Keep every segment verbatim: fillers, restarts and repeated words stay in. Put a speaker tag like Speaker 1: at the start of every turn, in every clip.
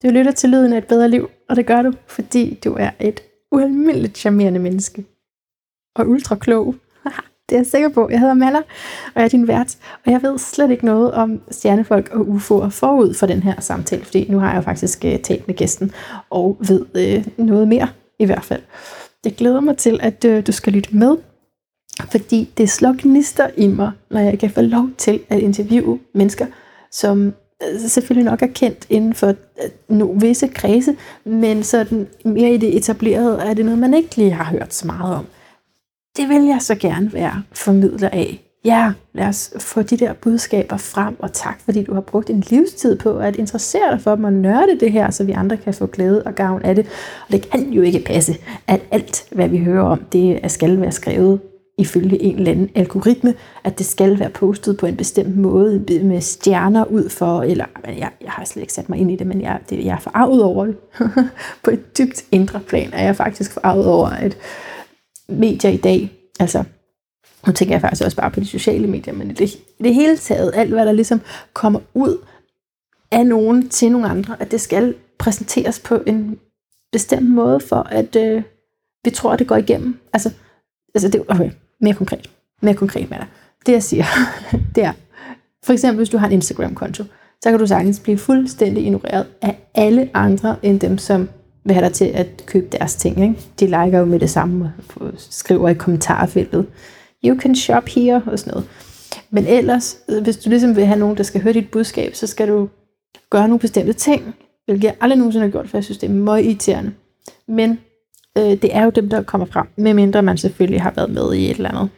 Speaker 1: Du lytter til Lyden af et bedre liv, og det gør du, fordi du er et ualmindeligt charmerende menneske. Og ultra klog. Det er jeg sikker på. Jeg hedder Malla, og jeg er din vært, og jeg ved slet ikke noget om stjernefolk og U F O'er forud for den her samtale, fordi nu har jeg jo faktisk uh, talt med gæsten, og ved uh, noget mere i hvert fald. Jeg glæder mig til, at uh, du skal lytte med, fordi det slår gnister i mig, når jeg kan få lov til at interviewe mennesker, som selvfølgelig nok er kendt inden for no, visse kredse, men sådan mere i det etablerede, er det noget, man ikke lige har hørt så meget om. Det vil jeg så gerne være formidler af. Ja, lad os få de der budskaber frem, og tak, fordi du har brugt en livstid på at interessere dig for dem og nørde det her, så vi andre kan få glæde og gavn af det. Og det kan jo ikke passe, at alt, hvad vi hører om, det skal være skrevet ifølge en eller anden algoritme, at det skal være postet på en bestemt måde, med stjerner ud for, eller jeg, jeg har slet ikke sat mig ind i det, men jeg, det, jeg er forarvet over det. På et dybt indre plan er jeg faktisk forarvet over, at medier i dag, altså nu tænker jeg faktisk også bare på de sociale medier, men i det, i det hele taget, alt hvad der ligesom kommer ud af nogen til nogle andre, at det skal præsenteres på en bestemt måde, for at øh, vi tror, at det går igennem. Altså, altså det, okay, mere konkret, mere konkret med dig. Det jeg siger, det er, for eksempel hvis du har en Instagram-konto, så kan du sagtens blive fuldstændig ignoreret af alle andre, end dem, som vil have dig til at købe deres ting. Ikke? De liker jo med det samme, og skriver i kommentarfeltet, you can shop here, og sådan noget. Men ellers, hvis du ligesom vil have nogen, der skal høre dit budskab, så skal du gøre nogle bestemte ting, hvilket jeg aldrig nogensinde har gjort, for jeg synes, det er meget irriterende. Men øh, det er jo dem, der kommer frem, medmindre man selvfølgelig har været med i et eller andet,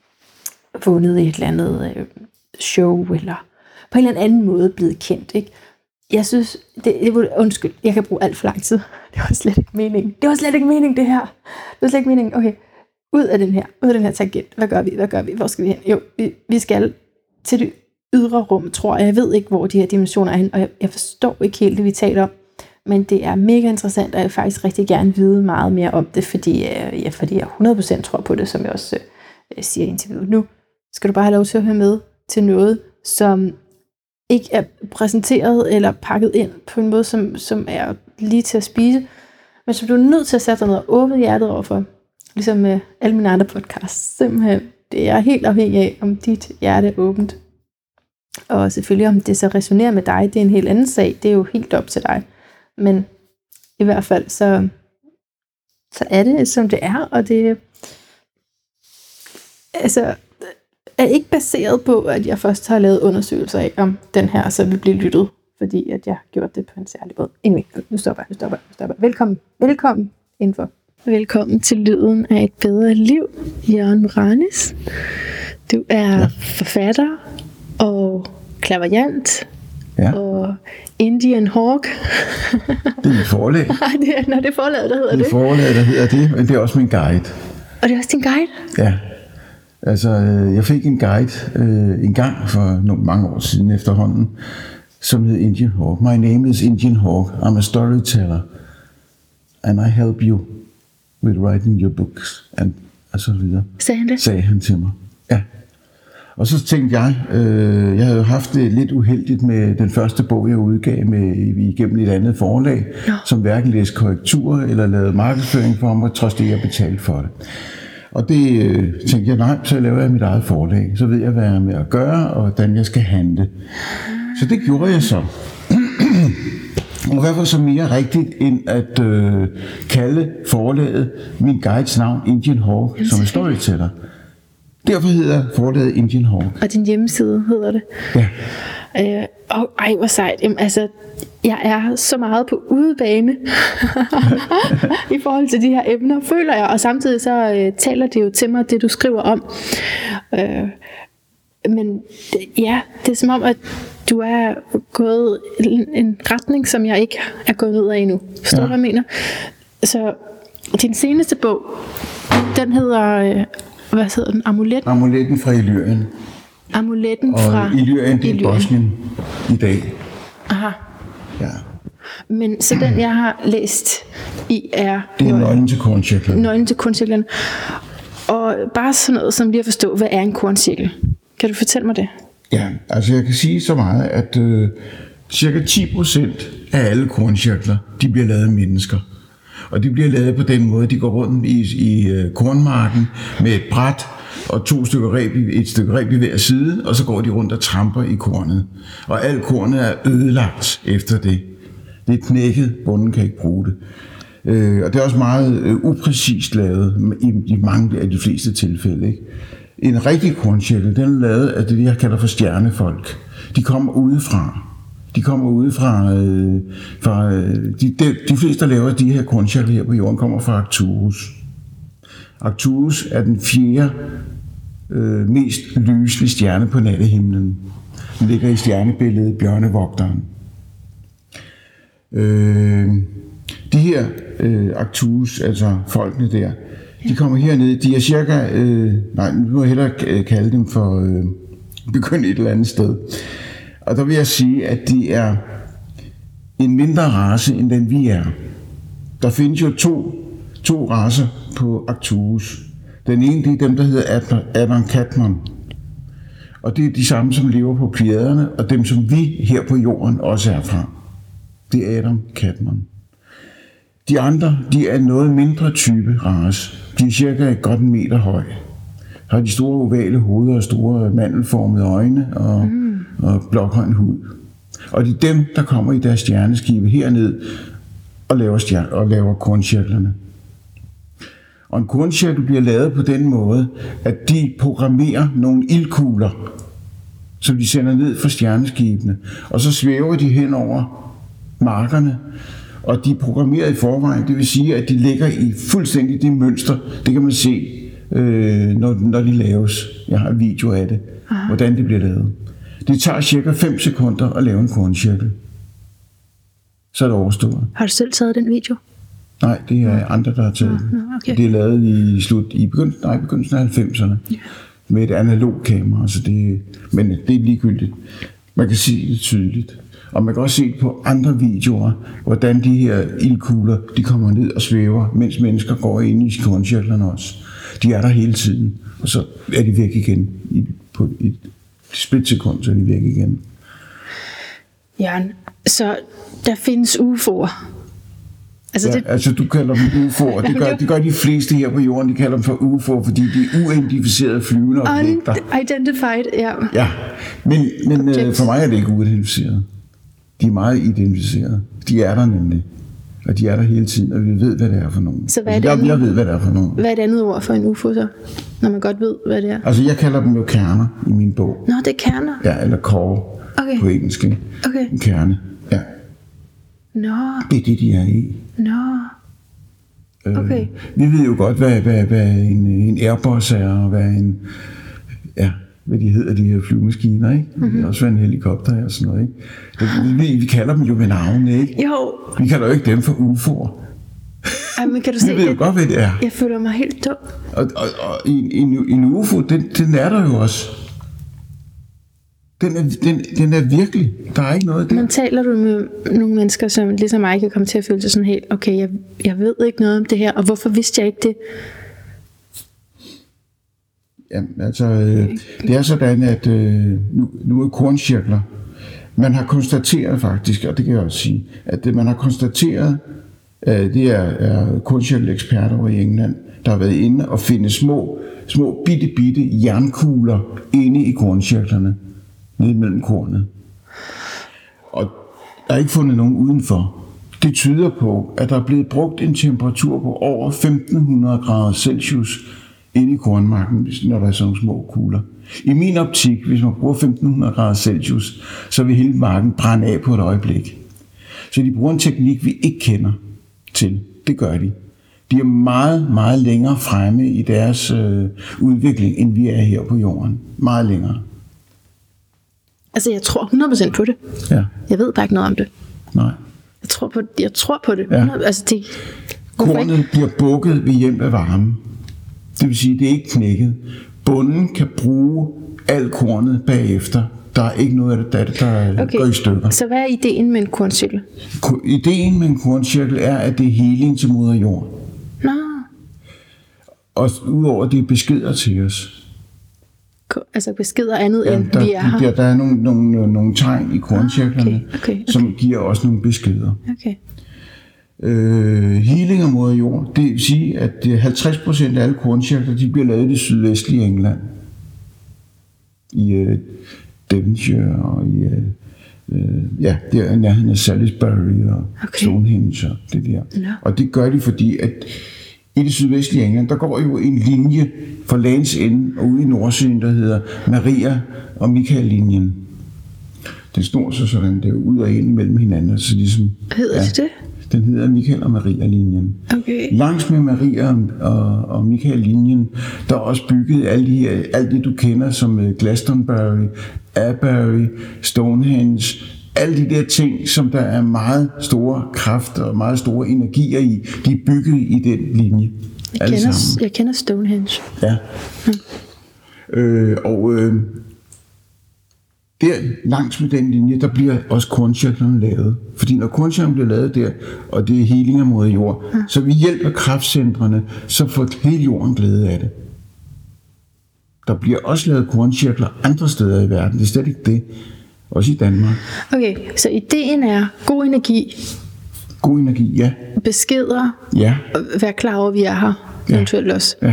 Speaker 1: vundet i et eller andet øh, show, eller på en eller anden måde blevet kendt, ikke? Jeg synes, det, det, undskyld, jeg kan bruge alt for lang tid. Det var slet ikke meningen. Det var slet ikke meningen, det her. Det var slet ikke meningen. Okay, ud af den her, ud af den her tangent. Hvad gør vi? Hvad gør vi? Hvor skal vi hen? Jo, vi, vi skal til det ydre rum, tror jeg. Jeg ved ikke, hvor de her dimensioner er hen, og jeg, jeg forstår ikke helt det, vi taler om. Men det er mega interessant, og jeg vil faktisk rigtig gerne vide meget mere om det, fordi, øh, ja, fordi jeg hundrede procent tror på det, som jeg også øh, siger i interviewet. Nu skal du bare have lov til at høre med til noget, som ikke er præsenteret eller pakket ind på en måde, som, som er lige til at spise, men som du er nødt til at sætte dig ned og åbne hjertet overfor. Ligesom med alle mine andre podcasts. Simpelthen, det er helt afhængig af, om dit hjerte er åbent. Og selvfølgelig, om det så resonerer med dig, det er en helt anden sag. Det er jo helt op til dig. Men i hvert fald, så, så er det, som det er, og det altså er ikke baseret på, at jeg først har lavet undersøgelser af, om den her så vil blive lyttet, fordi at jeg har gjort det på en særlig måde. Anyway, nu stopper jeg, nu stopper jeg, nu stopper jeg. Velkommen, velkommen indenfor. Velkommen til Lyden af et bedre liv, Jørgen Moranis. Du er ja. forfatter og klaverjant ja. og Indian Hawk.
Speaker 2: Det er mit forlag.
Speaker 1: det er, når det er forlaget, der hedder det.
Speaker 2: Det er forlaget, der hedder det, men det er også min guide.
Speaker 1: Og det er også din guide?
Speaker 2: Ja. Altså, jeg fik en guide øh, en gang for nogle mange år siden efterhånden, som hed Indian Hawk. My name is Indian Hawk. I'm a storyteller. And I help you with writing your books. And, og så videre.
Speaker 1: Sagde han det?
Speaker 2: Sagde han til mig. Ja. Og så tænkte jeg, øh, jeg havde jo haft det lidt uheldigt med den første bog, jeg udgav med, igennem et andet forlag, ja. som hverken læste korrekturer eller lavede markedsføring for mig, trods det jeg betalte for det. Og det øh, tænkte jeg, nej, så laver jeg mit eget forlag. Så ved jeg, hvad jeg er med at gøre, og hvordan jeg skal handle. Så det gjorde jeg så. Og hvad var så mere rigtigt, end at øh, kalde forlaget min guides navn Indian Hawk, Jamen, som er storyteller. Derfor hedder forlaget Indian Hawk.
Speaker 1: Og din hjemmeside hedder det?
Speaker 2: Ja.
Speaker 1: Øh, og ej, hvor sejt. Jamen, altså, jeg er så meget på udebane i forhold til de her emner, føler jeg. Og samtidig så øh, taler det jo til mig, det du skriver om. Øh, men det, ja, det er som om, at du er gået en, en retning, som jeg ikke er gået ned af endnu. Forstår du, ja. hvad jeg mener? Så din seneste bog, den hedder, øh, hvad hedder den? Amuletten?
Speaker 2: Amuletten fra Illyrien.
Speaker 1: Amuletten fra
Speaker 2: Og Illyrien, det er Bosnien i dag.
Speaker 1: Aha.
Speaker 2: Ja.
Speaker 1: Men så den, jeg har læst i, er...
Speaker 2: Det er nøglen til korncirklen.
Speaker 1: Nøglen til korncirklen. Og bare sådan noget som lige at forstå, hvad er en korncirkel? Kan du fortælle mig det?
Speaker 2: Ja, altså jeg kan sige så meget, at øh, cirka ti procent af alle korncirkler, de bliver lavet af mennesker. Og de bliver lavet på den måde, de går rundt i, i uh, kornmarken med et bræt og to stykker reb, et stykke reb i hver side, og så går de rundt og tramper i kornet. Og alt kornet er ødelagt efter det. Det er knækket, bunden kan ikke bruge det. Uh, og det er også meget uh, upræcist lavet i, i mange af de fleste tilfælde. Ikke? En rigtig korncirkel, den er lavet af det, jeg kalder for stjernefolk. De kommer udefra. De kommer ude fra, øh, fra øh, de, de, de fleste, der laver de her korncirkler her på jorden, kommer fra Arcturus. Arcturus er den fjerde øh, mest lysende stjerne på nattehimlen. Den ligger i stjernebilledet Bjørnevogteren. Øh, de her øh, Arcturus, altså folkene der, de kommer herned. De er cirka, øh, nej, nu må jeg hellere kalde dem for øh, begynde et eller andet sted. Og der vil jeg sige, at de er en mindre race, end den vi er. Der findes jo to, to racer på Arcturus. Den ene, det er dem, der hedder Adam Kadmon. Og det er de samme, som lever på Plejaderne, og dem, som vi her på jorden også er fra. Det er Adam Kadmon. De andre, de er noget mindre type race. De er cirka et godt en meter høje. Har de store ovale hoveder og store mandelformede øjne og, mm. og blågrøn hud. Og det er dem, der kommer i deres stjerneskibe herned og laver, stjerne, og laver korncirklerne. Og en korncirkel bliver lavet på den måde, at de programmerer nogle ildkugler, som de sender ned fra stjerneskibene. Og så svæver de hen over markerne, og de er programmeret i forvejen. Det vil sige, at de ligger i fuldstændig det mønster. Det kan man se, øh, når, når de laves. Jeg har en video af det, aha, hvordan det bliver lavet. Det tager cirka fem sekunder at lave en korncirkel. Så er det overstået.
Speaker 1: Har du selv taget den video?
Speaker 2: Nej, det er andre, der har taget den. Okay. Det er lavet i, slut, i begyndelsen, nej, begyndelsen af halvfemserne. Yeah. Med et analog kamera. Så det, men det er ligegyldigt. Man kan se det tydeligt. Og man kan også se på andre videoer, hvordan de her ildkugler, de kommer ned og svæver, mens mennesker går ind i korncirklerne også. De er der hele tiden, og så er de væk igen. I, på et splitsekund, så er de væk igen.
Speaker 1: Jørgen, så der findes U F O'er.
Speaker 2: Altså, ja, det... altså du kalder dem U F O'er. Det gør, det gør de fleste her på jorden, de kalder dem for U F O'er, fordi de er uidentificerede flyvende objekter.
Speaker 1: Unidentified, ja. Ja,
Speaker 2: men, men øh, for mig er det ikke uidentificeret. De er meget identificerede. De er der nemlig. Og de er der hele tiden, og vi ved, hvad det er for nogen.
Speaker 1: Så hvad er
Speaker 2: altså,
Speaker 1: det
Speaker 2: jeg, jeg ved, hvad det er for nogen.
Speaker 1: Hvad er et andet ord for en U F O så? Når man godt ved, hvad det er.
Speaker 2: Altså, jeg kalder dem jo kerner i min bog.
Speaker 1: Nå, det er kerner?
Speaker 2: Ja, eller core
Speaker 1: okay.
Speaker 2: på engelsk.
Speaker 1: Okay.
Speaker 2: En kerne, ja.
Speaker 1: Nå.
Speaker 2: Det er det, de er i.
Speaker 1: Nå. Okay. Øh,
Speaker 2: vi ved jo godt, hvad, hvad, hvad en, en Airbus er, og hvad en... Ja, hvad de hedder, de her flyvemaskiner, ikke? Mm-hmm. Det er også en helikopter og sådan noget, ikke? Vi, vi kalder dem jo ved navne, ikke?
Speaker 1: Jo.
Speaker 2: Vi kalder jo ikke dem for U F O'er.
Speaker 1: Ej, men kan du se,
Speaker 2: vi ved jo
Speaker 1: jeg,
Speaker 2: godt, hvad det er.
Speaker 1: Jeg føler mig helt dum.
Speaker 2: Og, og, og en, en, en U F O, den, den er der jo også. Den er, den, den er virkelig. Der er ikke noget der.
Speaker 1: Men taler du med nogle mennesker, som ligesom mig kan komme til at føle sig sådan helt, okay, jeg, jeg ved ikke noget om det her, og hvorfor vidste jeg ikke det?
Speaker 2: Ja, altså, øh, det er sådan, at øh, nu, nu er korncirkler. Man har konstateret faktisk, og det kan jeg også sige, at man har konstateret, at det er, er korncirkeleksperter over i England, der har været inde og finde små, små bitte, bitte jernkugler inde i korncirklerne, nede mellem kornet. Og der er ikke fundet nogen udenfor. Det tyder på, at der er blevet brugt en temperatur på over femten hundrede grader Celsius inde i kornmarken, når der er sådan små kugler. I min optik, hvis man bruger femten hundrede grader Celsius, så vil hele marken brænde af på et øjeblik. Så de bruger en teknik, vi ikke kender til. Det gør de. De er meget, meget længere fremme i deres øh, udvikling, end vi er her på jorden. Meget længere.
Speaker 1: Altså, jeg tror hundrede procent på det.
Speaker 2: Ja. Jeg
Speaker 1: ved bare ikke noget om det.
Speaker 2: Nej.
Speaker 1: Jeg tror på, jeg tror på det.
Speaker 2: Ja.
Speaker 1: Altså, det
Speaker 2: kornet bliver bukket ved hjælp af varme. Det vil sige, det er ikke knækket. Bunden kan bruge alt kornet bagefter. Der er ikke noget af det, der, der okay. går i stykker.
Speaker 1: Så hvad er ideen med en korncirkel?
Speaker 2: Ideen med en korncirkel er, at det er heling til moder jord.
Speaker 1: Nå.
Speaker 2: Og udover det er beskeder til os.
Speaker 1: altså beskeder andet
Speaker 2: ja,
Speaker 1: end
Speaker 2: der,
Speaker 1: vi er her?
Speaker 2: Der, der er nogle, nogle, nogle tegn i korncirklerne,
Speaker 1: ah, okay, okay, okay.
Speaker 2: som giver også nogle beskeder.
Speaker 1: Okay.
Speaker 2: Øh, healing af moder jord, det vil sige, at halvtreds procent af alle korncirkler, de bliver lavet i det sydvestlige England. I øh, Devonshire og i øh, øh, ja, der er nærheden af Salisbury og okay. Stonehenge og det der.
Speaker 1: No.
Speaker 2: Og det gør de, fordi at i det sydvestlige England, der går jo en linje fra Land's End og ude i Nordsøen, der hedder Maria og Michael-linjen. Den snor sig sådan der ud og ind mellem hinanden. Så ligesom,
Speaker 1: hedder
Speaker 2: ja,
Speaker 1: det det?
Speaker 2: Den hedder Michael og Maria-linjen.
Speaker 1: Okay.
Speaker 2: Langs med Maria og, og Michael-linjen, der er også bygget alle de, alt det, du kender som Glastonbury, Avebury, Stonehenge, alle de der ting, som der er meget store kræfter og meget store energier i, de er bygget i den linje.
Speaker 1: Jeg kender, jeg kender Stonehenge.
Speaker 2: Ja. Hmm. Øh, og øh, der langs med den linje, der bliver også korncirklerne lavet. Fordi når korncirklerne bliver lavet der, og det er healing af moder jord, hmm. så ved hjælp af kraftcentrene, så får hele jorden glæde af det. Der bliver også lavet korncirkler andre steder i verden, det er slet ikke det. Også i Danmark.
Speaker 1: Okay, så ideen er god energi.
Speaker 2: God energi, ja.
Speaker 1: Beskeder.
Speaker 2: Ja.
Speaker 1: Vær klar over, at vi er her. Ja. Eventuelt også.
Speaker 2: Ja.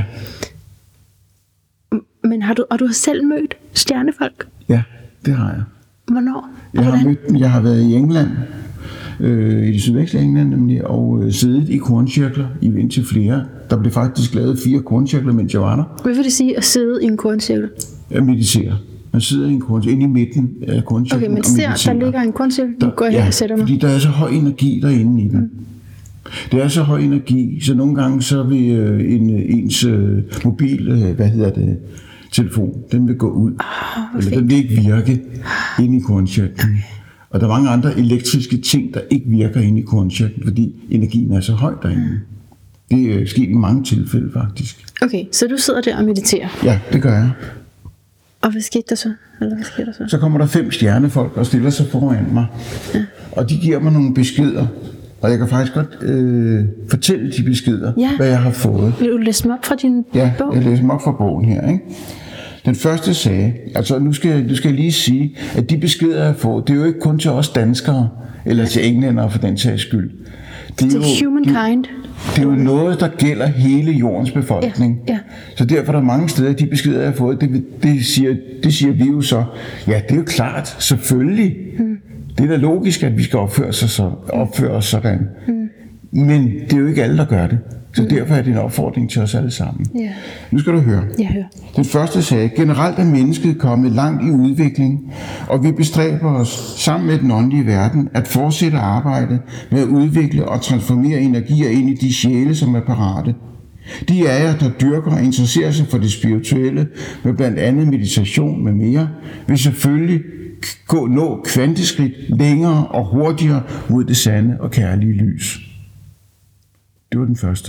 Speaker 1: Men har du, og du har selv mødt stjernefolk?
Speaker 2: Ja, det har jeg.
Speaker 1: Hvornår?
Speaker 2: Jeg har, mødt dem. Jeg har været i England, øh, i det sydvestlige England nemlig, og øh, siddet i korncirkler i indtil flere. Der blev faktisk lavet fire korncirkler, mens jeg var der.
Speaker 1: Hvad vil det sige at sidde i en korncirkel?
Speaker 2: Jeg mediterer. Man sidder i en korncirkel, inde i midten af korncirklen.
Speaker 1: Okay, men ser, der ligger en korncirkel, du går hen
Speaker 2: ja,
Speaker 1: og sætter mig.
Speaker 2: Fordi der er så høj energi derinde i den. Mm. Det er så høj energi, så nogle gange så vil øh, en, ens øh, mobil, øh, hvad hedder det, telefon, den vil gå ud.
Speaker 1: Oh,
Speaker 2: eller den vil ikke virke inde i korncirklen. Okay. Og der er mange andre elektriske ting, der ikke virker inde i korncirklen, fordi energien er så høj derinde. Det er sket i mange tilfælde faktisk.
Speaker 1: Okay, så du sidder der og mediterer?
Speaker 2: Ja, det gør jeg.
Speaker 1: Og hvad skete der så? Eller hvad sker der så?
Speaker 2: Så kommer der fem stjernefolk og stiller sig foran mig. Ja. Og de giver mig nogle beskeder. Og jeg kan faktisk godt øh, fortælle de beskeder, ja. Hvad jeg har fået.
Speaker 1: Vil du læse dem op fra din
Speaker 2: ja,
Speaker 1: bog?
Speaker 2: Ja, jeg læser dem op fra bogen her. Ikke? Den første sagde, altså nu skal, nu skal jeg lige sige, at de beskeder, jeg får, det er jo ikke kun til os danskere, eller til englændere for den sags skyld.
Speaker 1: Det er jo humankind.
Speaker 2: Det, det er jo noget, der gælder hele jordens befolkning.
Speaker 1: Ja, ja.
Speaker 2: Så derfor er der mange steder, de beskeder, jeg har fået, det, det, siger, det siger vi jo så, ja, det er jo klart, selvfølgelig. Hmm. Det er da logisk, at vi skal opføre, sig så, opføre os sådan. Hmm. Men det er jo ikke alle, der gør det. Så mm. derfor er det en opfordring til os alle sammen. Yeah. Nu skal du høre.
Speaker 1: Jeg hører.
Speaker 2: Den første sagde, generelt er mennesket kommet langt i udvikling, og vi bestræber os sammen med den åndelige verden at fortsætte arbejdet med at udvikle og transformere energier ind i de sjæle, som er parate. De af jer, der dyrker og interesserer sig for det spirituelle, med blandt andet meditation med mere, vil selvfølgelig gå nå kvanteskridt længere og hurtigere mod det sande og kærlige lys. Det var den første.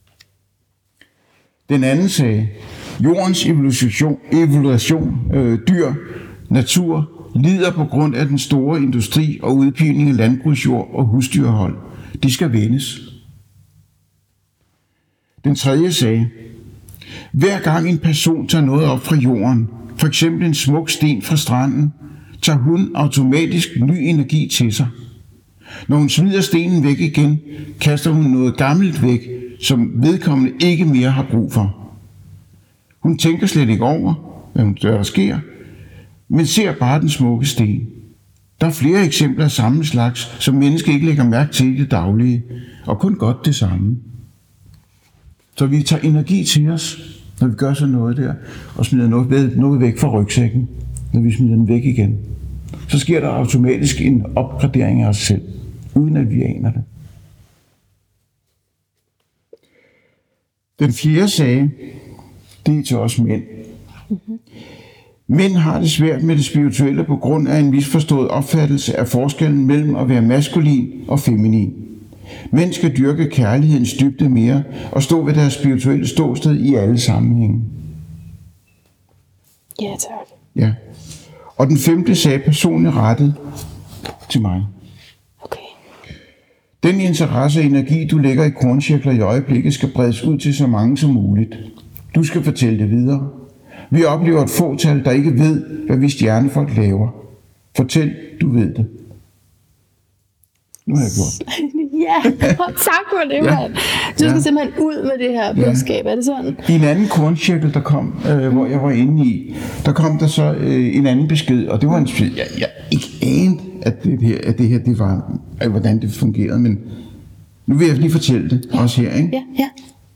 Speaker 2: Den anden sagde, jordens evolution, evolution øh, dyr, natur, lider på grund af den store industri og udpivning af landbrugsjord og husdyrhold. De skal vendes. Den tredje sagde, hver gang en person tager noget op fra jorden, for eksempel en smuk sten fra stranden, tager hun automatisk ny energi til sig. Når hun smider stenen væk igen, kaster hun noget gammelt væk, som vedkommende ikke mere har brug for. Hun tænker slet ikke over, hvad hun der sker, men ser bare den smukke sten. Der er flere eksempler af samme slags, som mennesker ikke lægger mærke til i det daglige, og kun godt det samme. Så vi tager energi til os, når vi gør sådan noget der, og smider noget, noget væk fra rygsækken, når vi smider den væk igen. Så sker der automatisk en opgradering af os selv, uden at vi aner det. Den fjerde sagde, det er til os mænd. Mm-hmm. Mænd har det svært med det spirituelle på grund af en misforstået opfattelse af forskellen mellem at være maskulin og feminin. Mænd skal dyrke kærlighedens dybde mere og stå ved deres spirituelle ståsted i alle sammenhænge.
Speaker 1: Ja, tak.
Speaker 2: Ja. Og den femte sagde personligt rettet til mig.
Speaker 1: Okay.
Speaker 2: Den interesse og energi, du lægger i korncirkler i øjeblikket, skal bredes ud til så mange som muligt. Du skal fortælle det videre. Vi oplever et fåtal, der ikke ved, hvad vi stjernefolk laver. Fortæl, du ved det. Nu har jeg gjort det.
Speaker 1: Ja, tak for det,
Speaker 2: Ja.
Speaker 1: mand. Du skal
Speaker 2: Ja.
Speaker 1: simpelthen ud med det her budskab, er det sådan?
Speaker 2: I en anden korncirkel, der kom, øh, hvor jeg var inde i, der kom der så øh, en anden besked, og det var en besked, jeg, jeg ikke anede, at det her, at det her det var, at, hvordan det fungerede, men nu vil jeg lige fortælle det, ja. Også her, ikke?
Speaker 1: Ja, ja.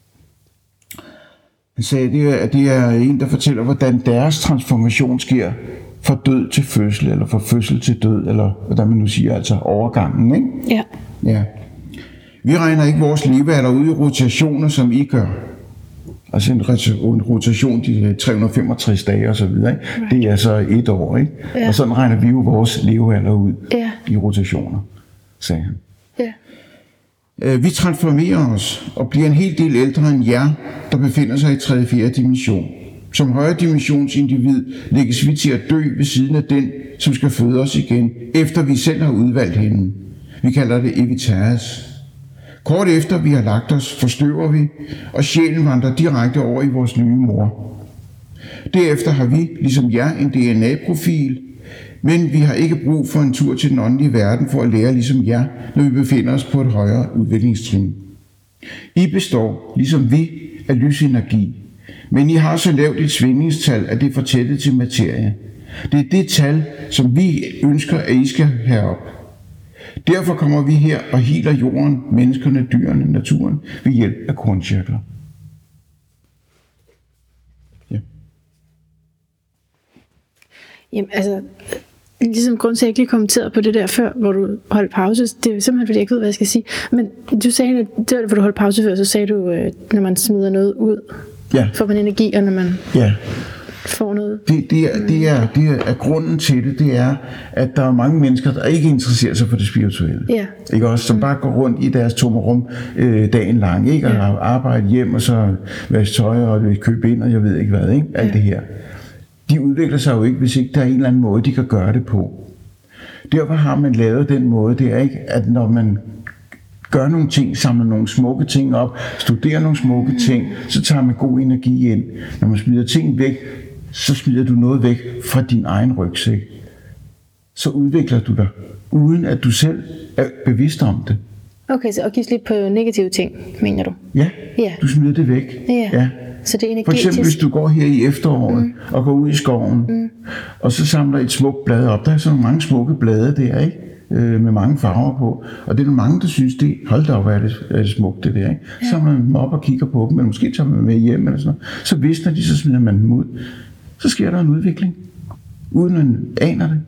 Speaker 2: Han sagde, det er, at det er en, der fortæller, hvordan deres transformation sker fra død til fødsel, eller fra fødsel til død, eller hvordan man nu siger, altså overgangen, ikke?
Speaker 1: Ja.
Speaker 2: Ja. Vi regner ikke vores levealder ud i rotationer, som I gør. Altså en rotation, de tre hundrede og femogtres dage og så videre, ikke? Right. Det er så et år, ikke? Ja. Og sådan regner vi jo vores levealder ud
Speaker 1: ja.
Speaker 2: i rotationer, sagde han.
Speaker 1: Ja.
Speaker 2: Vi transformerer os og bliver en hel del ældre end jer, der befinder sig i tredje og fjerde dimension. Som højere dimensionsindivid lægges vi til at dø ved siden af den, som skal føde os igen, efter vi selv har udvalgt hende. Vi kalder det evitas. Kort efter vi har lagt os, forstøver vi, og sjælen vandrer direkte over i vores nye mor. Derefter har vi, ligesom jer, en D N A-profil, men vi har ikke brug for en tur til den åndelige verden for at lære ligesom jer, når vi befinder os på et højere udviklingstrin. I består, ligesom vi, af lysenergi, men I har så lavt et svingningstal, at det er for tættet til materie. Det er det tal, som vi ønsker, at I skal herop. Derfor kommer vi her og healer jorden, menneskerne, dyrene, naturen ved hjælp af korncirkler. Ja.
Speaker 1: Jamen altså, ligesom grund til, at jeg ikke lige kommenterede på det der før, hvor du holdt pause, det er simpelthen, fordi jeg ikke ved, hvad jeg skal sige. Men du sagde, at det var, hvor du holdt pause før, så sagde du, når man smider noget ud,
Speaker 2: ja.
Speaker 1: får man energi, og når man
Speaker 2: ja.
Speaker 1: får noget.
Speaker 2: Det, det, er, det, er, det er, er grunden til det, det er, at der er mange mennesker, der ikke interesserer sig for det spirituelle.
Speaker 1: Ja.
Speaker 2: Ikke også, som bare går rundt i deres tommerum øh, dagen lang, ikke? Og ja. arbejde hjem, og så vaske tøj, og købe ind, og jeg ved ikke hvad, ikke? Alt ja. det her. De udvikler sig jo ikke, hvis ikke der er en eller anden måde, de kan gøre det på. Derfor har man lavet den måde, det er ikke, at når man gør nogle ting, samler nogle smukke ting op, studerer nogle smukke ting, så tager man god energi ind. Når man smider ting væk, så smider du noget væk fra din egen rygsæk. Så udvikler du dig, uden at du selv er bevidst om det.
Speaker 1: Okay, så at give slip på negative ting, mener du?
Speaker 2: Ja,
Speaker 1: ja.
Speaker 2: Du smider det væk.
Speaker 1: Ja.
Speaker 2: ja.
Speaker 1: Så det er energetisk.
Speaker 2: For eksempel hvis du går her i efteråret mm. og går ud i skoven, mm. og så samler et smukt blad op. Der er så mange smukke blade der, ikke? Øh, med mange farver på. Og det er der mange, der synes, det hold da op, er det, er det smukt det der. Ikke? Ja. Så samler man dem op og kigger på dem, eller måske tager man dem med hjem, eller sådan noget. Så visner de, så smider man dem ud. Så sker der en udvikling, uden at man aner det.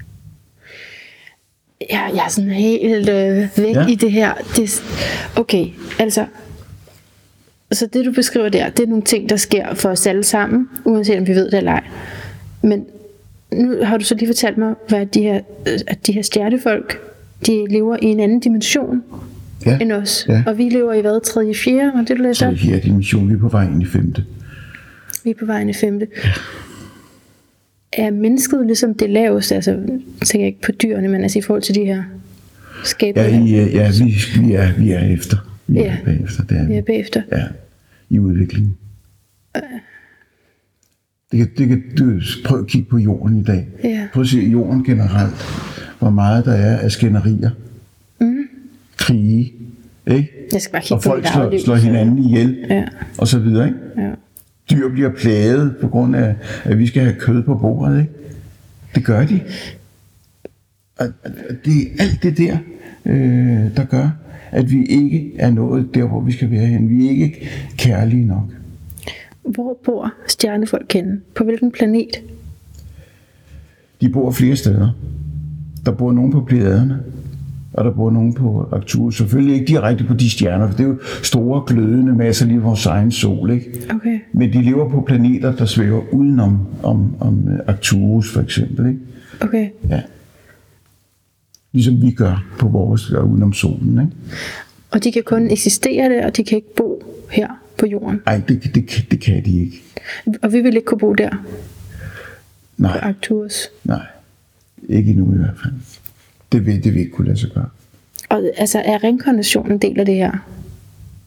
Speaker 1: Ja, jeg er sådan helt øh, væk ja. i det her. Det, okay, altså... Så det du beskriver der, det er nogle ting, der sker for os alle sammen, uanset om vi ved det eller ej. Men nu har du så lige fortalt mig, hvad de her, at de her stjernefolk, de lever i en anden dimension
Speaker 2: ja.
Speaker 1: end os.
Speaker 2: Ja.
Speaker 1: Og vi lever i hvad? tredje, fjerde? Var det, du læste?
Speaker 2: tredje, fjerde dimension. Vi er på vej ind i femte.
Speaker 1: Vi er på vej ind i femte. Ja. Er mennesket ligesom det laveste? Altså, jeg tænker ikke på dyrene, men altså i forhold til de her skabninger?
Speaker 2: Ja, I, ja vi, vi, er, vi er efter. Vi
Speaker 1: ja.
Speaker 2: er bagefter. Det er
Speaker 1: vi er bagefter.
Speaker 2: Ja, i udviklingen. Uh. Det kan, det kan, du, prøv at kigge på jorden i dag.
Speaker 1: Ja.
Speaker 2: Prøv at se jorden generelt. Hvor meget der er af skænderier.
Speaker 1: Mm.
Speaker 2: Krige. Ikke?
Speaker 1: Jeg skal bare kigge
Speaker 2: og folk
Speaker 1: på
Speaker 2: slår, slår hinanden ihjel.
Speaker 1: Ja.
Speaker 2: Og så videre. Ikke?
Speaker 1: Ja.
Speaker 2: Dyr bliver plaget på grund af, at vi skal have kød på bordet. Ikke? Det gør de. Og det er alt det der, øh, der gør, at vi ikke er nået der, hvor vi skal være hen. Vi er ikke kærlige nok.
Speaker 1: Hvor bor stjernefolk henne? På hvilken planet?
Speaker 2: De bor flere steder. Der bor nogen på Plejaderne, og der bor nogen på Arcturus. Selvfølgelig ikke direkte på de stjerner, for det er jo store glødende masser lige vores egen sol. Ikke?
Speaker 1: Okay.
Speaker 2: Men de lever på planeter, der svæver udenom om, om Arcturus for eksempel. Ikke?
Speaker 1: Okay.
Speaker 2: Ja. Ligesom vi gør på vores og udenom solen. Ikke?
Speaker 1: Og de kan kun eksistere der, og de kan ikke bo her på jorden?
Speaker 2: Nej, det, det, det kan de ikke.
Speaker 1: Og vi vil ikke kunne bo der?
Speaker 2: Nej.
Speaker 1: På Arcturus?
Speaker 2: Nej. Ikke endnu i hvert fald. Det vil, det vil ikke kunne lade sig gøre.
Speaker 1: Og altså, er reinkarnation en del af det her?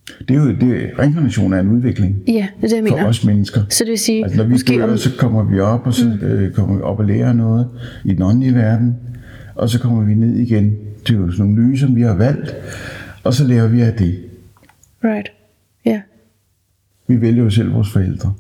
Speaker 2: Det er jo det, reinkarnation er en udvikling.
Speaker 1: Ja, det er det, jeg mener.
Speaker 2: For os mennesker.
Speaker 1: Så det vil sige,
Speaker 2: altså, når vi dør, om... så kommer vi op, og så mm. øh, kommer vi op og lærer noget i den åndelige verden, og så kommer vi ned igen til sådan nogle nye, som vi har valgt, og så lærer vi af det.
Speaker 1: Right, ja. Yeah.
Speaker 2: Vi vælger jo selv vores forældre.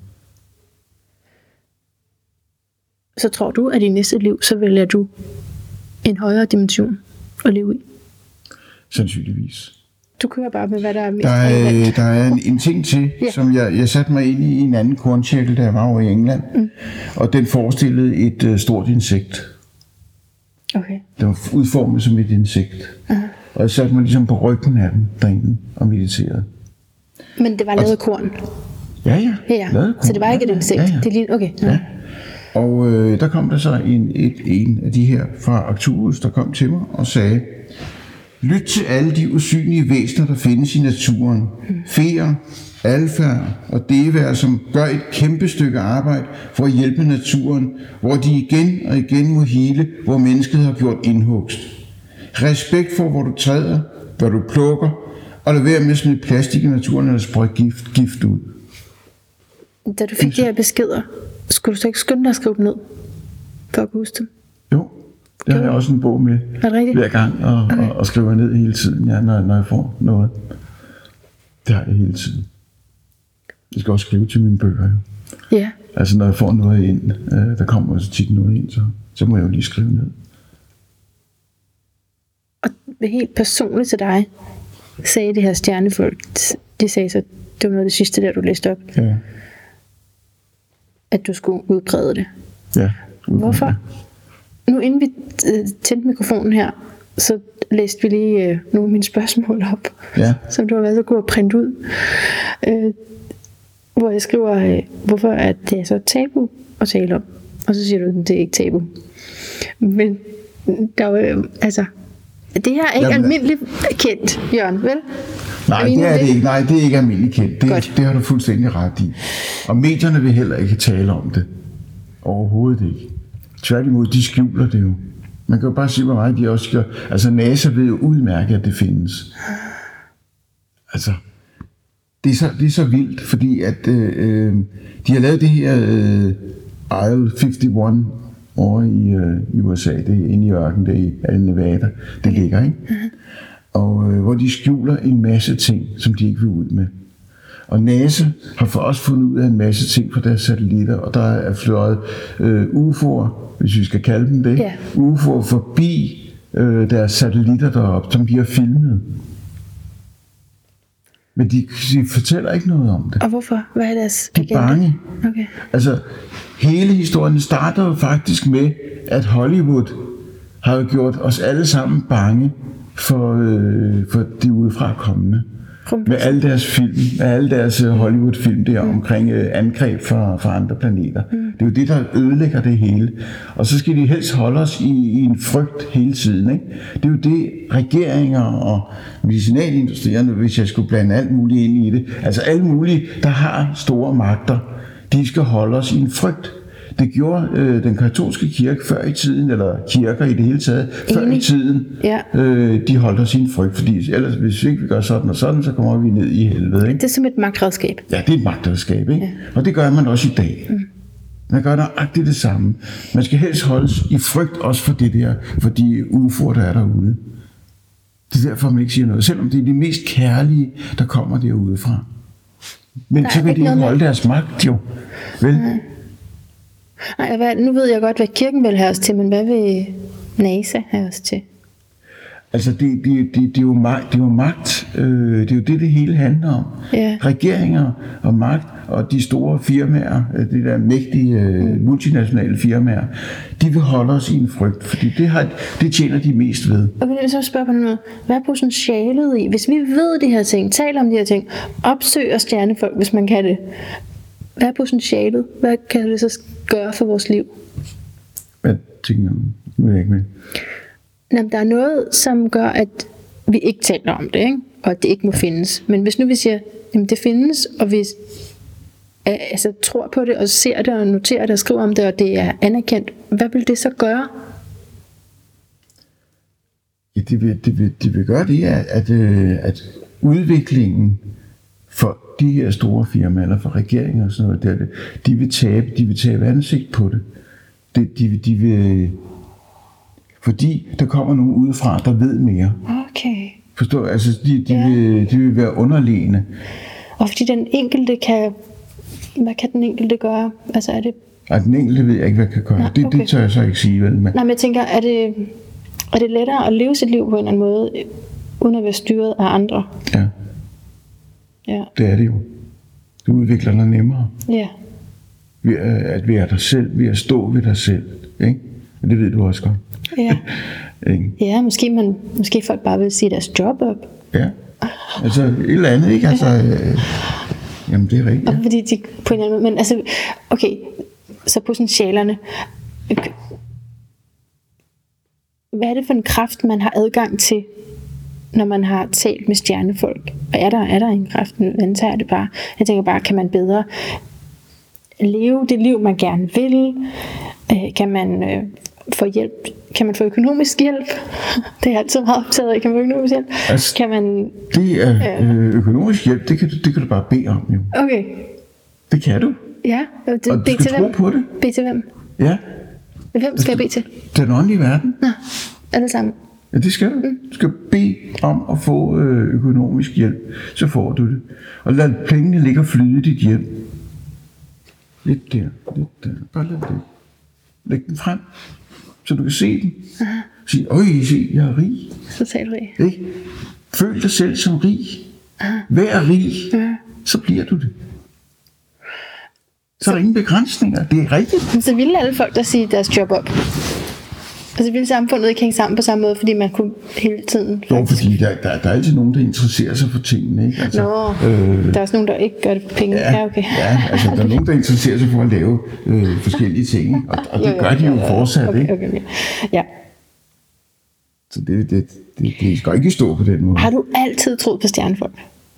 Speaker 1: Så tror du, at i næste liv, så vælger du en højere dimension at leve i?
Speaker 2: Sandsynligvis.
Speaker 1: Du kører bare med, hvad der er mest
Speaker 2: der er,
Speaker 1: relevant.
Speaker 2: der er en, en ting til, yeah. som jeg, jeg satte mig ind i en anden korncirkel, da jeg var over i England, mm. og den forestillede et uh, stort insekt.
Speaker 1: Okay.
Speaker 2: Det var udformet som et insekt. Uh-huh. Og jeg satte mig ligesom på ryggen af den derinde og mediterede.
Speaker 1: Men det var lavet korn?
Speaker 2: Ja, ja.
Speaker 1: ja. Korn. Så det var ikke et insekt?
Speaker 2: Ja, ja.
Speaker 1: Det er lige, okay.
Speaker 2: Ja. Ja. Og øh, der kom der så en, et, en af de her fra Arcturus, der kom til mig og sagde, lyt til alle de usynlige væsener, der findes i naturen. Mm. Feer, alfaer og devaer, som gør et kæmpe stykke arbejde for at hjælpe naturen, hvor de igen og igen må hele, hvor mennesket har gjort indhugst. Respekt for, hvor du træder, hvad du plukker, og lad være med at smide plastik i naturen eller sprøjte gift, gift ud.
Speaker 1: Da du fik de her beskeder, skulle du så ikke skynde dig at skrive dem ned, for at kunne huske dem?
Speaker 2: Jo, det har jeg også en bog med hver gang, og, okay. og, og skriver ned hele tiden, ja, når, når jeg får noget. Det har jeg hele tiden. Jeg skal også skrive til mine bøger, jo.
Speaker 1: Ja.
Speaker 2: Altså, når jeg får noget ind, øh, der kommer så tit noget ind, så, så må jeg jo lige skrive ned.
Speaker 1: Og helt personligt til dig, sagde det her stjernefolk, de sagde så, det var noget af det sidste der, du læste op.
Speaker 2: Ja.
Speaker 1: At du skulle udbrede det.
Speaker 2: Ja.
Speaker 1: Udbrede. Hvorfor? Nu inden vi tændte mikrofonen her, så læste vi lige øh, nogle af mine spørgsmål op,
Speaker 2: ja.
Speaker 1: som du har været så god at printe ud. Øh, hvor jeg skriver, øh, hvorfor at det er så tabu at tale om. Og så siger du, at det er ikke tabu. Men der er jo, øh, altså, det her er ikke Jamen, almindeligt kendt, Jørgen, vel?
Speaker 2: Nej, det er det ikke. Nej, det er ikke almindeligt kendt. Det, det har du fuldstændig ret i. Og medierne vil heller ikke tale om det. Overhovedet ikke. Tværtimod, de skjuler det jo. Man kan jo bare sige, hvor meget de også gør. Altså, NASA ved jo udmærket, at det findes. Altså, det er så, det er så vildt, fordi at øh, de har lavet det her øh, Isle femoghalvfems over i, øh, i U S A. Det er inde i ørken, det er i Nevada. Det ligger, ikke? Og øh, hvor de skjuler en masse ting, som de ikke vil ud med. Og NASA har for os fundet ud af en masse ting fra deres satellitter, og der er fløjet øh, U F O'er, hvis vi skal kalde dem det, yeah. U F O'er forbi øh, deres satellitter deroppe, som de har filmet. Men de, de fortæller ikke noget om det.
Speaker 1: Og hvorfor? Hvad er deres
Speaker 2: agenda? De er bange.
Speaker 1: Okay.
Speaker 2: Altså, hele historien starter jo faktisk med, at Hollywood har jo gjort os alle sammen bange for, øh, for de udefra kommende. Med alle deres film, med alle deres Hollywood-film der mm. omkring øh, angreb fra, fra andre planeter. Mm. Det er jo det, der ødelægger det hele. Og så skal de helst holde os i, i en frygt hele tiden. Ikke? Det er jo det, regeringer og medicinalindustrierne, hvis jeg skulle blande alt muligt ind i det, altså alle mulige, der har store magter, de skal holde os i en frygt. Det gjorde øh, den katolske kirke før i tiden, eller kirker i det hele taget, Enig. før i tiden, ja. øh, de holdt os i en frygt, fordi ellers hvis vi ikke gør sådan og sådan, så kommer vi ned i helvede. Ikke?
Speaker 1: Det er som et magtredskab.
Speaker 2: Ja, det er et magtredskab, ikke? Ja. Og det gør man også i dag. Mm. Man gør nøjagtigt det samme. Man skal helst holdes i frygt også for det der, for de U F O'er, der er derude. Det er derfor, man ikke siger noget, selvom det er de mest kærlige, der kommer derudefra. Men så kan de ikke holde deres magt, jo. Vel? Mm.
Speaker 1: Nej, hvad, nu ved jeg godt, hvad kirken vil have os til, men hvad vil NASA have os til?
Speaker 2: Altså, det, det, det, det, er, jo magt, det er jo magt. Øh, det er jo det, det hele handler om. Ja. Regeringer og magt og de store firmaer, de der mægtige øh, multinationale firmaer, de vil holde os i en frygt, fordi det, har, det tjener de mest ved.
Speaker 1: Okay, hvis jeg spørger på noget, hvad er potentialet i? Hvis vi ved de her ting, taler om de her ting, opsøger stjernefolk, hvis man kan det, hvad er potentialet? Hvad kan det så gøre for vores liv?
Speaker 2: Hvad tænker du? Nu er jeg ikke med.
Speaker 1: Jamen, der er noget, som gør, at vi ikke taler om det, ikke? Og at det ikke må findes. Men hvis nu vi siger, at det findes, og vi altså, tror på det, og ser det, og noterer det, og skriver om det, og det er anerkendt, hvad vil det så gøre?
Speaker 2: Ja, det vil, det vil, det vil gøre det, at, at, at udviklingen for de her store firmaer, eller for regeringer og sådan noget, der, de vil tabe, de vil tabe ansigt på det. De, de, de vil, fordi der kommer nogen udefra, der ved mere.
Speaker 1: Okay.
Speaker 2: Forstår? Altså, de, de,
Speaker 1: Ja.
Speaker 2: vil, de vil være underlegne.
Speaker 1: Og fordi den enkelte kan... Hvad kan den enkelte gøre? Altså er det...
Speaker 2: Ej, den enkelte ved jeg ikke, hvad jeg kan gøre.
Speaker 1: Nej,
Speaker 2: det,
Speaker 1: okay.
Speaker 2: det tør jeg så ikke sige, vel? Men
Speaker 1: Nej, men jeg tænker, er det, er det lettere at leve sit liv på en eller anden måde, uden at være styret af andre?
Speaker 2: ja,
Speaker 1: Ja.
Speaker 2: det er det jo. Du udvikler dig nemmere.
Speaker 1: Ja.
Speaker 2: Ved at at være dig selv, ved at stå ved dig selv. Ikke? Men det ved du også godt.
Speaker 1: Ja.
Speaker 2: Ikke?
Speaker 1: Ja, måske, man, måske folk bare vil sige deres job op.
Speaker 2: Ja. Altså et eller andet, ikke? Altså, øh, jamen det er rigtigt.
Speaker 1: Og
Speaker 2: Ja.
Speaker 1: fordi de på en eller anden måde... Men altså, okay, så potentialerne. Hvad er det for en kraft, man har adgang til, når man har talt med stjernefolk? Og er der, er der en kraft? Nu antager jeg det bare. Jeg tænker bare, kan man bedre leve det liv, man gerne vil? Øh, kan man øh, få hjælp? Kan man få økonomisk hjælp? Det er jeg altid meget optaget af. Kan man få økonomisk hjælp?
Speaker 2: Altså,
Speaker 1: Kan man...
Speaker 2: Det er øh, økonomisk hjælp, det kan, du, det kan du bare bede om, jo.
Speaker 1: Okay.
Speaker 2: Det kan du.
Speaker 1: Ja. Det,
Speaker 2: Og du
Speaker 1: bed
Speaker 2: skal
Speaker 1: til
Speaker 2: tro
Speaker 1: hvem?
Speaker 2: på det.
Speaker 1: Bed til hvem?
Speaker 2: Ja.
Speaker 1: Hvem skal jeg bede til?
Speaker 2: Den åndelige verden.
Speaker 1: Nå, alle sammen.
Speaker 2: Ja, det skal du. Du skal bede om at få øh, økonomisk hjælp, så får du det. Og lad pengene ligge og flyde i dit hjem. Lidt der, lidt der. Bare lad det. Læg den frem, så du kan se den. Sig, øj, se, jeg er rig.
Speaker 1: Totalt rig.
Speaker 2: Ikke? Føl dig selv som rig. Vær rig, så bliver du det. Så er der ingen begrænsninger. Det er rigtigt.
Speaker 1: Så ville alle folk, der siger deres job op. Altså ville samfundet ikke hænge sammen på samme måde, fordi man kunne hele tiden...
Speaker 2: Jo, fordi der, der, der er altid nogen, der interesserer sig for tingene. Ikke? Altså,
Speaker 1: Nå,
Speaker 2: øh,
Speaker 1: der er også nogen, der ikke gør det for penge.
Speaker 2: Ja,
Speaker 1: Ja, okay.
Speaker 2: ja, altså der er nogen, der interesserer sig for at lave øh, forskellige ting, ikke? og, og det
Speaker 1: Jo, jo,
Speaker 2: gør de jo,
Speaker 1: jo, jo.
Speaker 2: fortsat.
Speaker 1: Okay,
Speaker 2: Ikke?
Speaker 1: okay, okay. Ja.
Speaker 2: Så det, det, det, det skal ikke stå på den måde.
Speaker 1: Har du altid troet på stjernefolk?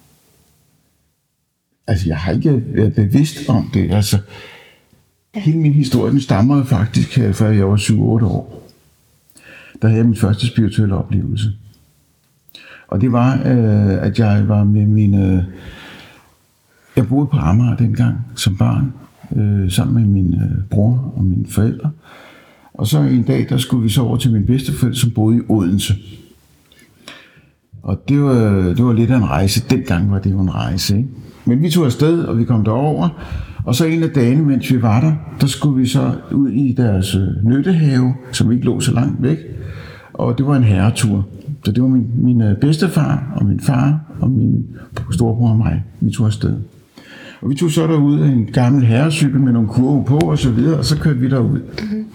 Speaker 2: Altså jeg har ikke været bevidst om det. Altså, hele min historie den stammer jo faktisk her, før jeg var syv otte år. Der havde jeg min første spirituelle oplevelse. Og det var, øh, at jeg var med mine... Jeg boede på Amager dengang som barn, øh, sammen med min øh, bror og mine forældre. Og så en dag, der skulle vi så over til min bedsteforældre, som boede i Odense. Og det var, det var lidt af en rejse. Dengang var det jo en rejse, ikke? Men vi tog afsted, og vi kom derover. Og så en af dagene, mens vi var der, der skulle vi så ud i deres øh, nyttehave, som ikke lå så langt væk. Og det var en herretur. Så det var min, min øh, bedstefar og min far og min storebror og mig. Vi tog afsted. Og vi tog så derud af en gammel herrecykel med nogle kurve på og så videre, og så kørte vi derud. Mm-hmm.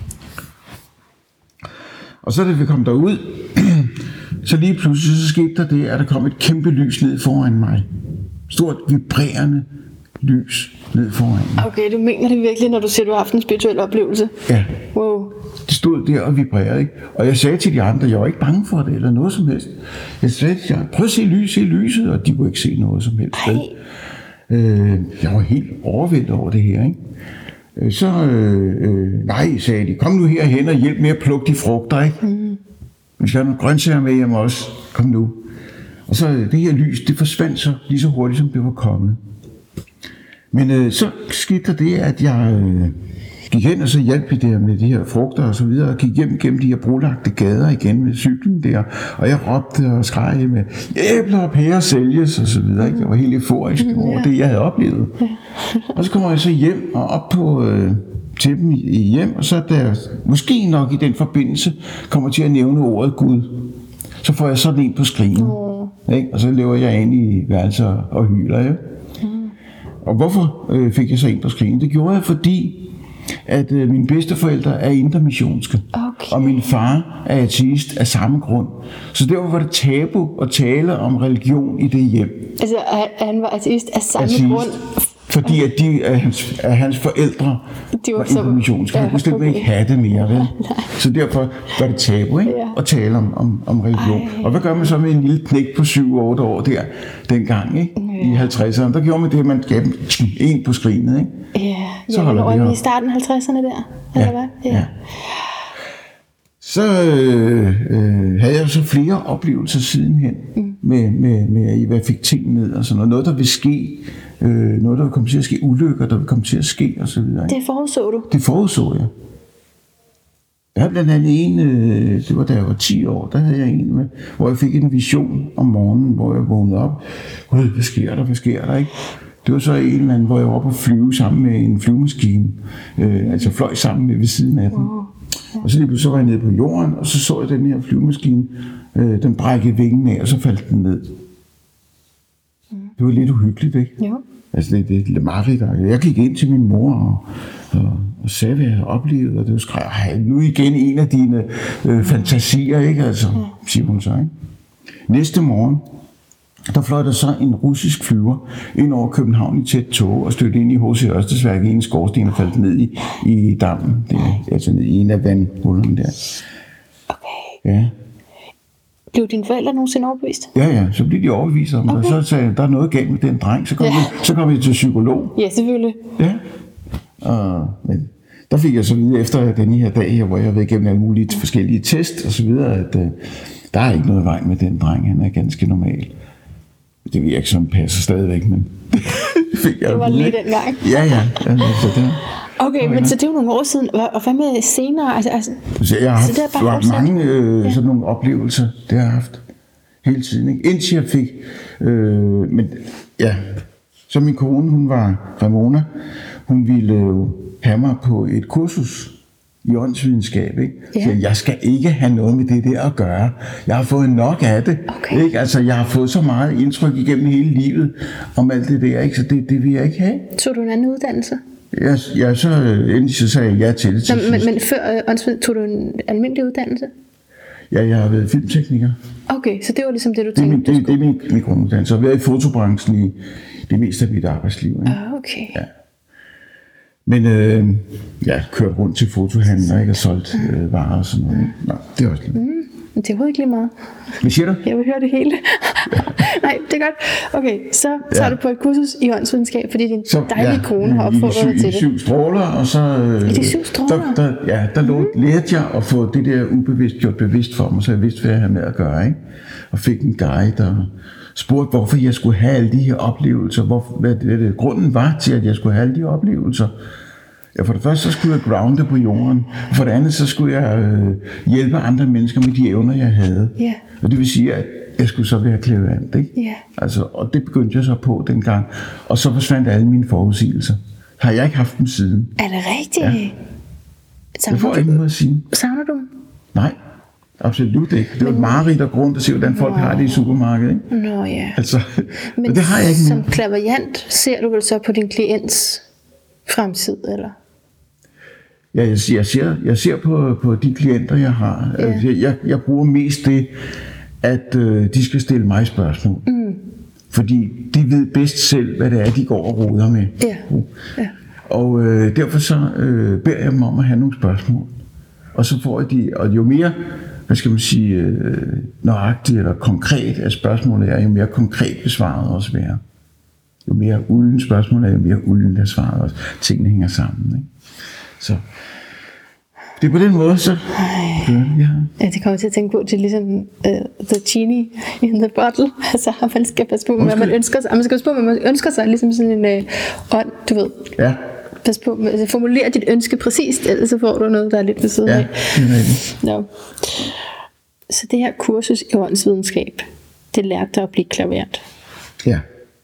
Speaker 2: Og så da vi kom derud, så lige pludselig så skete der det, at der kom et kæmpe lys ned foran mig. Stort vibrerende lys ned foran mig.
Speaker 1: Okay, du mener det virkelig, når du siger, du har haft en spirituel oplevelse?
Speaker 2: Ja.
Speaker 1: Wow.
Speaker 2: Det stod der og vibrerede, ikke? Og jeg sagde til de andre, jeg var ikke bange for det, eller noget som helst. Jeg sagde til jer, prøv at se lys, se lyset, og de kunne ikke se noget som helst. Øh, jeg var helt overvældet over det her, ikke? Så, øh, øh, nej, sagde de, kom nu herhen og hjælp med at plukke de frugter, ikke? Mm. Vi skal have nogle grøntsager med hjem også, kom nu. Og så det her lys, det forsvandt så lige så hurtigt, som det var kommet. Men øh, så skete der det, at jeg øh, gik hen, og så hjalp vi der med de her frugter og så videre, og gik hjem gennem de her brolagte gader igen med cyklen der, og jeg råbte og skreg med, æbler og pærer sælges og så videre, ikke? Jeg var helt euforisk over det, jeg havde oplevet. Og så kommer jeg så hjem og op på øh, til dem i, i hjem, og så der måske nok i den forbindelse kommer til at nævne ordet Gud. Så får jeg sådan en på skrigen, mm. ikke? Og så løber jeg ind i værelser og hyler, ikke? Og hvorfor øh, fik jeg så en på skrigen? Det gjorde jeg, fordi at øh, mine bedsteforældre er intermissionske,
Speaker 1: Okay.
Speaker 2: og min far er ateist af samme grund. Så derfor var det tabu at tale om religion i det hjem.
Speaker 1: Altså, at han var ateist af samme
Speaker 2: Ateist.
Speaker 1: grund?
Speaker 2: Fordi at, de, at, hans, at hans forældre
Speaker 1: De var
Speaker 2: var
Speaker 1: så-
Speaker 2: intermissionske. Han
Speaker 1: ja,
Speaker 2: kunne slet
Speaker 1: okay.
Speaker 2: ikke have det mere, vel? Så derfor var det tabu, ikke?
Speaker 1: Ja.
Speaker 2: At tale om, om, om religion.
Speaker 1: Ej.
Speaker 2: Og hvad gør man så med en lille knæk på syv otte år der, dengang, ikke? I halvtredserne. Der gjorde man det, at man gav dem en på skrinet, ikke?
Speaker 1: Ja,
Speaker 2: Så
Speaker 1: ja,
Speaker 2: holder
Speaker 1: når
Speaker 2: vi
Speaker 1: er vi
Speaker 2: op.
Speaker 1: i starten af halvtredserne der? Eller hvad?
Speaker 2: ja. så øh, øh, havde jeg så flere oplevelser sidenhen, mm. med, med, med at jeg fik ting ned og sådan noget. Noget, der vil ske, øh, noget, der vil komme til at ske, ulykker, der vil komme til at ske og så videre.
Speaker 1: Det forudså du?
Speaker 2: Det forudså jeg. Jeg havde blandt andet en, øh, det var da jeg var ti år, der havde jeg en med, hvor jeg fik en vision om morgenen, hvor jeg vågnede op. Gud, hvad sker der, hvad sker der, ikke? Det var så en eller anden, hvor jeg var oppe og flyve sammen med en flyvemaskine, øh, altså fløj sammen med ved siden af den. Wow. Ja. Og så lige så var jeg nede på jorden, og så så jeg den her flyvemaskine, øh, den brækkede vingen af, og så faldt den ned. Mm. Det var lidt uhyggeligt, ikke? Ja. Altså det, det, det mareridt. Jeg gik ind til min mor og, og, og sagde, hvad jeg havde oplevet, og det var skrev, nu igen en af dine øh, fantasier, ikke? Altså, siger hun så, ikke? Næste morgen, der fløj der så en russisk flyver ind over København i tæt tog og stødte ind i H C Ørstedsværket i en skorsten og faldt ned i, i dammen, der, altså ned i en af vandhullerne der.
Speaker 1: Okay.
Speaker 2: Ja.
Speaker 1: Blev dine forældre nogensinde overbevist?
Speaker 2: Ja, ja, så blev de overbevist om det, okay. Og så sagde jeg, der er noget galt med den dreng, så kom, ja. vi, så kom vi til psykolog.
Speaker 1: Ja, selvfølgelig.
Speaker 2: Ja, og, men der fik jeg så videre efter den her dag her, hvor jeg har været igennem alle mulige forskellige test og så videre, at uh, der er ikke noget vej med den dreng, han er ganske normal. Det virker som passer stadigvæk, men det fik jeg.
Speaker 1: Det var lige den gang.
Speaker 2: Ja, ja. ja så det,
Speaker 1: okay, okay, men så det var nogle år siden, og hvad med senere? Altså, altså,
Speaker 2: så jeg har haft
Speaker 1: så det
Speaker 2: har mange øh, ja. sådan nogle oplevelser, det har jeg haft hele tiden. Ikke? Indtil jeg fik, øh, men ja, så min kone, hun var Ramona, hun ville øh, have mig på et kursus i åndsvidenskab, ikke? Ja. Så jeg skal ikke have noget med det der at gøre. Jeg har fået nok af det,
Speaker 1: okay.
Speaker 2: Ikke? Altså, jeg har fået så meget indtryk igennem hele livet om alt det der, ikke? Så det, det vil jeg ikke have.
Speaker 1: Tog du en anden uddannelse?
Speaker 2: Jeg, jeg så endelig så sagde jeg ja til det. Til
Speaker 1: Nå, men, men før øh, åndsvidenskab, tog du en almindelig uddannelse?
Speaker 2: Ja, jeg har været filmtekniker.
Speaker 1: Okay, så det var ligesom det, du
Speaker 2: det
Speaker 1: tænkte,
Speaker 2: min, det, det er min, min grunduddannelse. Jeg har været i fotobranchen i det meste af mit arbejdsliv. Ikke?
Speaker 1: Ah, okay.
Speaker 2: Ja. Men øh, jeg kørt rundt til fotohandler, ikke, og solgt øh, varer og sådan noget. Ikke? Nå, det er også lidt.
Speaker 1: Mm, det er overhovedet ikke lige meget.
Speaker 2: Hvad siger du?
Speaker 1: Jeg vil høre det hele. Ja. Nej, det er godt. Okay, så tager ja. du på et kursus i åndsvidenskab, fordi din så, dejlige ja, kone har opfordret dig til det.
Speaker 2: I syv stråler, og så... Øh,
Speaker 1: I de syv stråler?
Speaker 2: Der, der, ja, der mm. lærte jeg at få det der ubevidst gjort bevidst for mig, så jeg vidste, hvad jeg havde med at gøre, ikke? Og fik en guide, der spurgte, hvorfor jeg skulle have alle de her oplevelser, hvor, hvad det, det, grunden var til, at jeg skulle have alle de oplevelser. Ja, for det første, så skulle jeg grounde på jorden, og for det andet, så skulle jeg øh, hjælpe andre mennesker med de evner, jeg havde.
Speaker 1: Yeah.
Speaker 2: Og det vil sige, at jeg skulle så være klaverant, ikke?
Speaker 1: Yeah.
Speaker 2: Altså, og det begyndte jeg så på dengang, og så forsvandt alle mine forudsigelser. Har jeg ikke haft dem siden.
Speaker 1: Er det rigtigt? Ja.
Speaker 2: Jeg får ikke noget at sige.
Speaker 1: Savner du dem?
Speaker 2: Nej. Absolut ikke. Det var et mareridt og grund at se, hvordan folk Nå. har det i supermarkedet. Ikke?
Speaker 1: Nå ja.
Speaker 2: Altså,
Speaker 1: men
Speaker 2: det har jeg ikke
Speaker 1: som klaverant ser du vel så på din klients fremtid, eller?
Speaker 2: Ja, jeg, jeg, ser, jeg ser på, på de klienter, jeg har. Ja. Altså, jeg, jeg bruger mest det, at øh, de skal stille mig spørgsmål. Mm. Fordi de ved bedst selv, hvad det er, de går og roder med.
Speaker 1: Ja. Ja.
Speaker 2: Og øh, derfor så øh, beder jeg dem om at have nogle spørgsmål. Og så får jeg de, og jo mere, hvad skal man sige, øh, nøjagtigt eller konkret at spørgsmålet er, jo mere konkret besvaret også være. Jo mere ulden spørgsmål er, jo mere ulden er svaret også. Tingene hænger sammen, ikke? Så det er på den måde, så...
Speaker 1: Ja. Ja, det kommer til at tænke på, det er ligesom uh, the genie in the bottle. Altså, man skal passe på, hvad man ønsker sig. Man skal passe på, hvad man ønsker sig, ligesom sådan en uh, ånd, du ved.
Speaker 2: Ja.
Speaker 1: Pas på, altså, formulér dit ønske præcist, ellers så får du noget, der er lidt ved siden af.
Speaker 2: Ja, det er rigtigt.
Speaker 1: No. Så det her kursus i åndsvidenskab, det lærte dig at blive klaverant.
Speaker 2: Ja.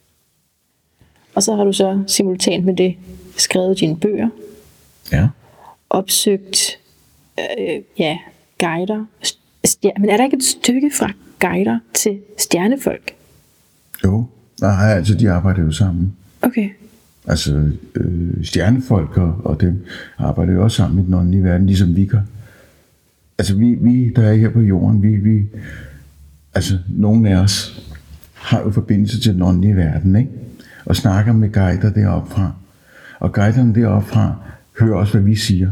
Speaker 1: Og så har du så simultant med det skrevet dine bøger.
Speaker 2: Ja.
Speaker 1: Opsøgt, øh, ja, guider. Ja, men er der ikke et stykke fra guider til stjernefolk?
Speaker 2: Jo, nej, altså de arbejder jo sammen.
Speaker 1: Okay.
Speaker 2: Altså øh, stjernefolk og, og dem arbejder jo også sammen i den åndelige verden, ligesom vi gør. Altså vi, vi der er her på jorden, vi, vi, altså nogle af os har jo forbindelse til den åndelige verden, ikke? Og snakker med guider deroppe fra. Og guiderne deroppe fra hører også, hvad vi siger.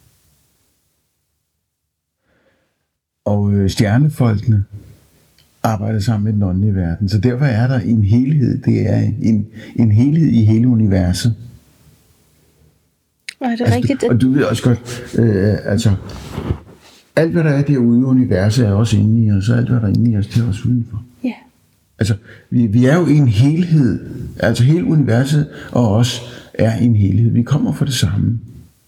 Speaker 2: Og øh, stjernefolkene arbejder sammen med den åndelige verden. Så derfor er der en helhed. Det er en, en helhed i hele universet.
Speaker 1: Og er det
Speaker 2: altså,
Speaker 1: rigtigt?
Speaker 2: Og du ved også godt, øh, altså, alt hvad der er derude i universet er også inde i os, og alt hvad der er inde i os, det er også udenfor.
Speaker 1: Ja.
Speaker 2: Altså, vi, vi er jo en helhed. Altså hele universet og os er en helhed. Vi kommer fra det samme.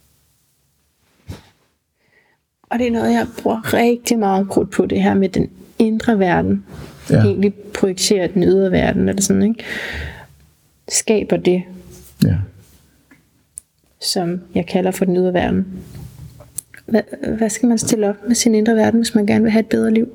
Speaker 1: Og det er noget, jeg bruger rigtig meget krudt på, det her med den indre verden. Ja. Egentlig projicerer den ydre verden, eller sådan, ikke? Skaber det,
Speaker 2: ja.
Speaker 1: som jeg kalder for den ydre verden. Hvad, hvad skal man stille op med sin indre verden, hvis man gerne vil have et bedre liv?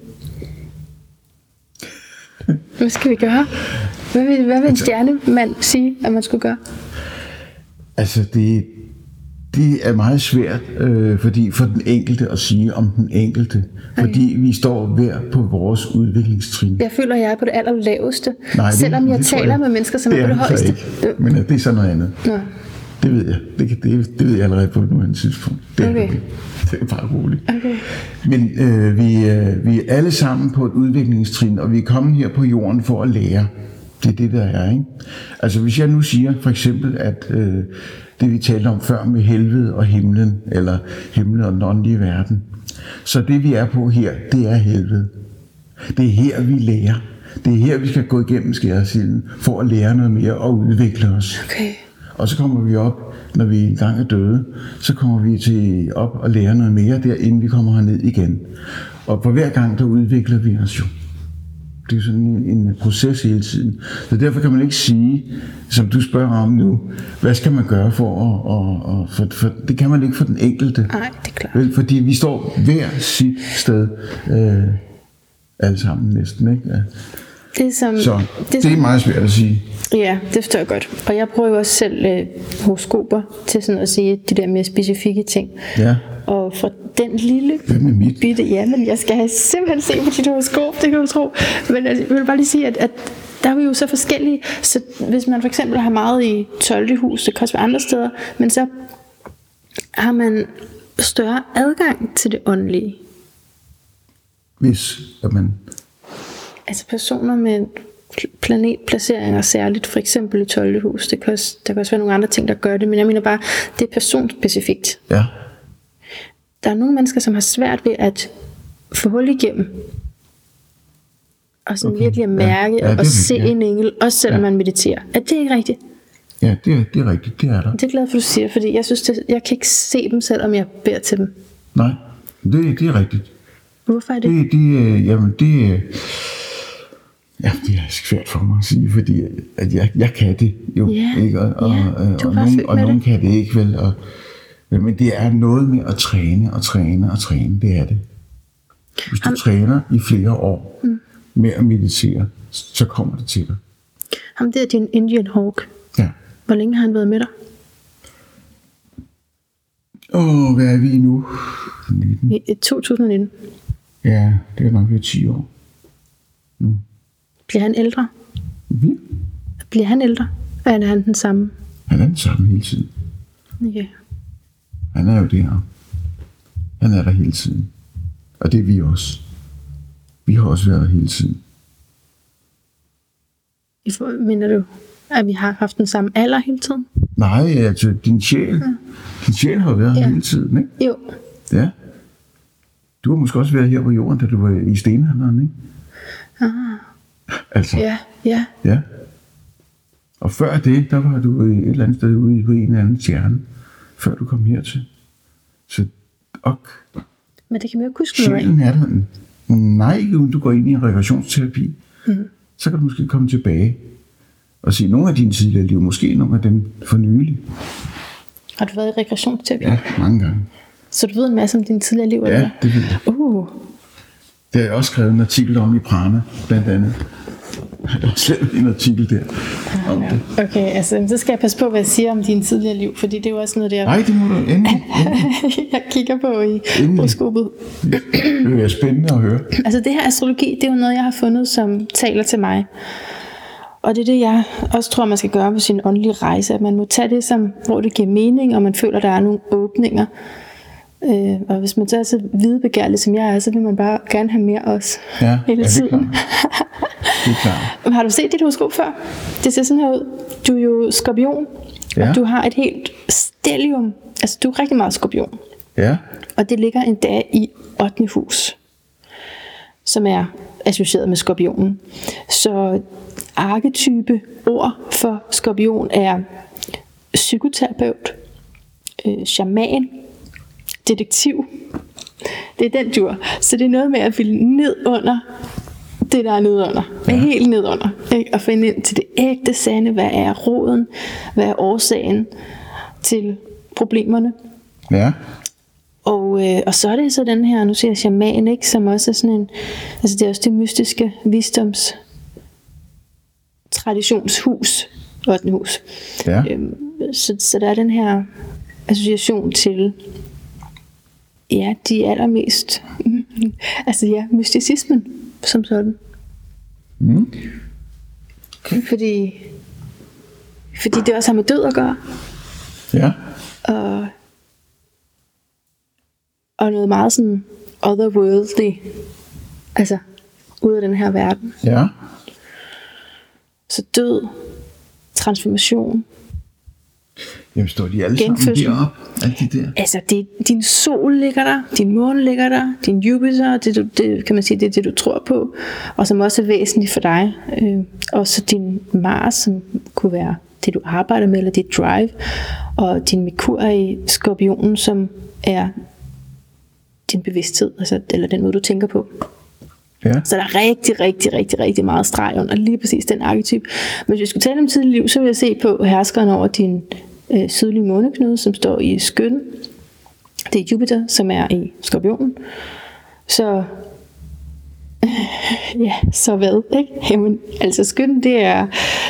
Speaker 1: Hvad skal vi gøre? Hvad vil, hvad vil en stjernemand sige, at man skulle gøre?
Speaker 2: Altså, det, det er meget svært, øh, fordi for den enkelte at sige om den enkelte. Okay. Fordi vi står hver på vores udviklingstrin.
Speaker 1: Jeg føler, jeg er på det allerlaveste.
Speaker 2: Nej, det,
Speaker 1: selvom jeg
Speaker 2: det
Speaker 1: taler jeg. med mennesker, som det er, er på det højeste.
Speaker 2: Ikke. Men det er så noget andet. Nå. Det ved jeg. Det, det, det ved jeg allerede på nuværende tidspunkt. Det er,
Speaker 1: okay.
Speaker 2: det. Det er bare roligt.
Speaker 1: Okay.
Speaker 2: Men øh, vi, øh, vi er alle sammen på et udviklingstrin, og vi er kommet her på jorden for at lære. Det er det, der er, ikke? Altså hvis jeg nu siger for eksempel, at øh, det vi talte om før med helvede og himlen, eller himlen og den åndelige verden, så det vi er på her, det er helvede. Det er her, vi lærer. Det er her, vi skal gå igennem skærsilden for at lære noget mere og udvikle os.
Speaker 1: Okay.
Speaker 2: Og så kommer vi op, når vi engang er døde, så kommer vi til op og lære noget mere der, inden vi kommer herned igen. Og på hver gang, der udvikler vi os jo. Det er sådan en, en proces hele tiden. Så derfor kan man ikke sige, som du spørger om nu, hvad skal man gøre for at... Og, og for, for, det kan man ikke for den enkelte.
Speaker 1: Nej, det er klart.
Speaker 2: Vel, fordi vi står hver sit sted, øh, alle sammen næsten, ikke? Ja.
Speaker 1: Det er som,
Speaker 2: så
Speaker 1: det er,
Speaker 2: det er meget svært at sige.
Speaker 1: Ja, det forstår jeg godt. Og jeg prøver jo også selv øh, horoskoper til sådan at sige de der mere specifikke ting.
Speaker 2: Ja.
Speaker 1: Og for den lille bitte, ja, men jeg skal have simpelthen se på dit horoskop, det kan du tro. Men altså, jeg vil bare lige sige, at, at der er vi jo så forskellige. Så hvis man for eksempel har meget i tolvte hus, det kan også være andre steder, men så har man større adgang til det åndelige.
Speaker 2: Hvis at man...
Speaker 1: Altså personer med planetplaceringer særligt, for eksempel i tolvte hus, det kan også, der kan også være nogle andre ting, der gør det, men jeg mener bare, det er personspecifikt.
Speaker 2: Ja.
Speaker 1: Der er nogle mennesker, som har svært ved at få hul igennem, og sådan okay. virkelig at mærke ja. Ja, og se ja. en engel, også selvom ja. man mediterer. Er det ikke rigtigt?
Speaker 2: Ja, det er, det er rigtigt, det er der.
Speaker 1: Det er glad for, du siger, fordi jeg synes, det, jeg kan ikke se dem, selvom jeg beder til dem.
Speaker 2: Nej, det, det er rigtigt.
Speaker 1: Hvorfor er det?
Speaker 2: Det, det jamen det ja, det er svært for mig at sige, fordi at jeg, jeg kan det jo,
Speaker 1: ja,
Speaker 2: ikke? Og, og,
Speaker 1: ja,
Speaker 2: og, og, nogen, og nogen kan det ikke, vel? Og, men det er noget med at træne og træne og træne, det er det. Hvis du Ham. træner i flere år mm. med at meditere, så kommer det til dig.
Speaker 1: Ham der er din Indian Hawk.
Speaker 2: Ja.
Speaker 1: Hvor længe har han været med dig?
Speaker 2: Åh, hvad er vi nu? nitten
Speaker 1: I to tusind nitten.
Speaker 2: Ja, det er nok ved ti år. Mm.
Speaker 1: Bliver han ældre?
Speaker 2: Mm.
Speaker 1: Bliver han ældre? Eller er han den samme?
Speaker 2: Han er den samme hele tiden.
Speaker 1: Okay.
Speaker 2: Han er jo det her. Han er der hele tiden. Og det er vi også. Vi har også været der hele tiden.
Speaker 1: Mener du, at vi har haft den samme alder hele tiden?
Speaker 2: Nej, altså din sjæl. Ja. Din sjæl har været her ja. hele tiden, ikke?
Speaker 1: Jo.
Speaker 2: Ja. Du har måske også været her på jorden, da du var i stenhandleren, ikke?
Speaker 1: Ah.
Speaker 2: Altså.
Speaker 1: Ja, ja.
Speaker 2: Ja. Og før det, der var du et eller andet sted ude på en eller anden stjerne, før du kom hertil. Så, ok.
Speaker 1: Men det kan man jo ikke huske noget af.
Speaker 2: Sjælen er der. Nej, ikke uden du går ind i en regressionsterapi. Mm. Så kan du måske komme tilbage og se nogle af dine tidligere liv, måske nogle af dem for nylig.
Speaker 1: Har du været i regressionsterapi?
Speaker 2: Ja, mange gange.
Speaker 1: Så du ved en masse om dine tidligere liv?
Speaker 2: Ja,
Speaker 1: eller?
Speaker 2: det ved jeg.
Speaker 1: Uh.
Speaker 2: Det har jeg også skrevet en artikel om i Prana, blandt andet. Jeg har slet en artikel der om det.
Speaker 1: Okay, altså så skal jeg passe på, hvad jeg siger om dine tidligere liv, fordi det er jo også noget, der...
Speaker 2: Nej, det må du endelig. endelig.
Speaker 1: jeg kigger på i horoskopet.
Speaker 2: Det vil være spændende at høre.
Speaker 1: Altså det her astrologi, det er jo noget, jeg har fundet, som taler til mig. Og det er det, jeg også tror, man skal gøre på sin åndelige rejse, at man må tage det, som, hvor det giver mening, og man føler, der er nogle åbninger. Øh, og hvis man så er så videbegærlig, som jeg er, så vil man bare gerne have mere også
Speaker 2: ja,
Speaker 1: hele tiden.
Speaker 2: Det er klart.
Speaker 1: Har du set dit horoskop før? Det ser sådan her ud. Du er jo skorpion, ja. Og du har et helt stellium. Altså, du er rigtig meget skorpion.
Speaker 2: Ja.
Speaker 1: Og det ligger endda i ottende hus, som er associeret med skorpionen. Så arketype ord for skorpion er psykoterapeut, øh, shaman, detektiv. Det er den dur. Så det er noget med at ville ned under det, der er nedunder. Ja. Helt nedunder. Ikke? Og finde ind til det ægte sande. Hvad er roden? Hvad er årsagen til problemerne?
Speaker 2: Ja.
Speaker 1: Og, øh, og så er det så den her, nu siger jeg shaman, ikke? Som også er sådan en, altså det er også det mystiske visdoms traditionshus, ottende hus.
Speaker 2: Ja.
Speaker 1: Øhm, så, så der er den her association til, ja, de allermest, altså ja, mysticismen som sådan.
Speaker 2: Mm. Okay.
Speaker 1: Fordi, fordi det også har med død at gøre.
Speaker 2: Ja.
Speaker 1: Og, og noget meget sådan otherworldly, altså ud af den her verden.
Speaker 2: Ja.
Speaker 1: Så død, transformation.
Speaker 2: Jamen står de alle
Speaker 1: Genfødsel.
Speaker 2: sammen deroppe? Alle de der?
Speaker 1: Altså, det, din sol ligger der, din måne ligger der, din Jupiter, det, du, det kan man sige, det er det, du tror på, og som også er væsentligt for dig. Øh, og så din Mars, som kunne være det, du arbejder med, eller dit drive, og din Merkur i Skorpionen, som er din bevidsthed, altså, eller den måde, du tænker på.
Speaker 2: Ja.
Speaker 1: Så der er rigtig, rigtig, rigtig, rigtig meget streg under lige præcis den arketype. Men hvis vi skulle tale om tidlig liv, så vil jeg se på herskeren over din øh, sydlige måneknude, som står i Skytten. Det er Jupiter, som er i Skorpionen. Så øh, ja, så hvad, ikke? Jamen, altså Skytten, det er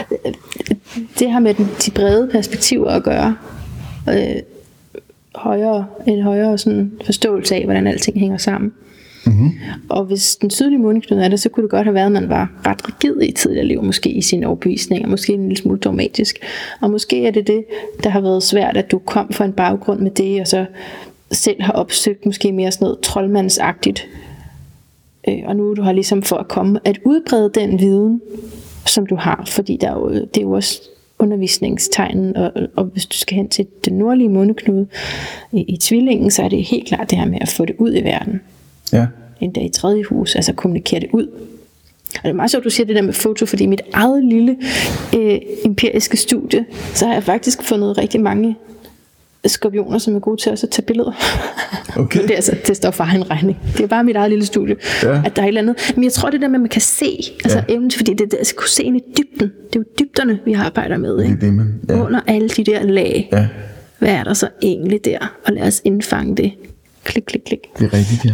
Speaker 1: det har med den, de brede perspektiver at gøre. Øh, højere, en højere sådan forståelse af, hvordan alting hænger sammen. Mm-hmm. Og hvis den sydlige måneknude er der, så kunne det godt have været, at man var ret rigid i tidligere liv, måske i sine overbevisninger, måske en lille smule dogmatisk. Og måske er det det, der har været svært, at du kom fra en baggrund med det, og så selv har opsøgt måske mere sådan noget troldmandsagtigt. Øh, og nu du har ligesom for at komme at udbrede den viden, som du har, fordi der er jo, det er jo også undervisningstegnen, og, og hvis du skal hen til den nordlige måneknude i, i tvillingen, så er det helt klart det her med at få det ud i verden.
Speaker 2: Ja.
Speaker 1: Endda i tredje hus, altså kommunikere det ud. Og det er meget sjovt, du siger det der med foto, fordi i mit eget lille øh, empiriske studie, så har jeg faktisk fundet rigtig mange skorpioner, som er gode til også at tage billeder.
Speaker 2: Okay.
Speaker 1: Men det er altså, det står for egen regning. Det er bare mit eget lille studie,
Speaker 2: ja.
Speaker 1: At der er et eller andet. Men jeg tror, det der med, at man kan se, altså ja. Evnen, fordi det, det altså, kunne se ind i dybden. Det er jo dybderne, vi har arbejder med. Ikke?
Speaker 2: Det er det, man, ja.
Speaker 1: Under alle de der lag.
Speaker 2: Ja.
Speaker 1: Hvad er der så egentlig der? Og lad os indfange det. Klik, klik, klik.
Speaker 2: Det er rigtigt, ja.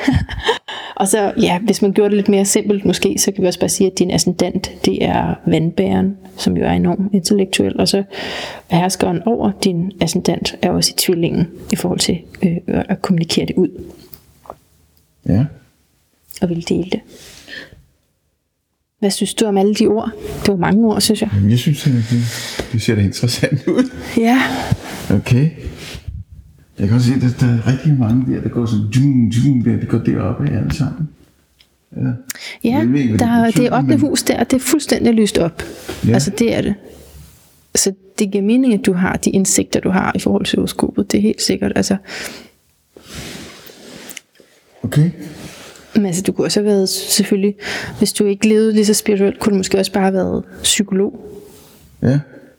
Speaker 1: Og så, ja, hvis man gjorde det lidt mere simpelt måske, så kan vi også bare sige, at din ascendant, det er vandbæren, som jo er enormt intellektuel, og så herskeren over din ascendant er også i tvillingen, i forhold til øh, at kommunikere det ud.
Speaker 2: Ja.
Speaker 1: Og vil dele det. Hvad synes du om alle de ord? Det var mange ord, synes jeg.
Speaker 2: Jamen, jeg synes, det, det ser da interessant ud.
Speaker 1: Ja.
Speaker 2: Okay. Jeg kan også se, at der er rigtig mange der, der går sådan, djung, djung, der, der går deroppe af alle sammen. Ja,
Speaker 1: ja
Speaker 2: ved ikke,
Speaker 1: der,
Speaker 2: det, betyder,
Speaker 1: det er ottende
Speaker 2: men...
Speaker 1: hus der, og det er fuldstændig lyst op. Ja. Altså det er det. Så det giver mening, at du har de indsigter, du har i forhold til horoskopet. Det er helt sikkert. Altså.
Speaker 2: Okay.
Speaker 1: Men altså, du kunne også have været, selvfølgelig, hvis du ikke levede lige så spirituelt, kunne du måske også bare have været psykolog.
Speaker 2: Ja.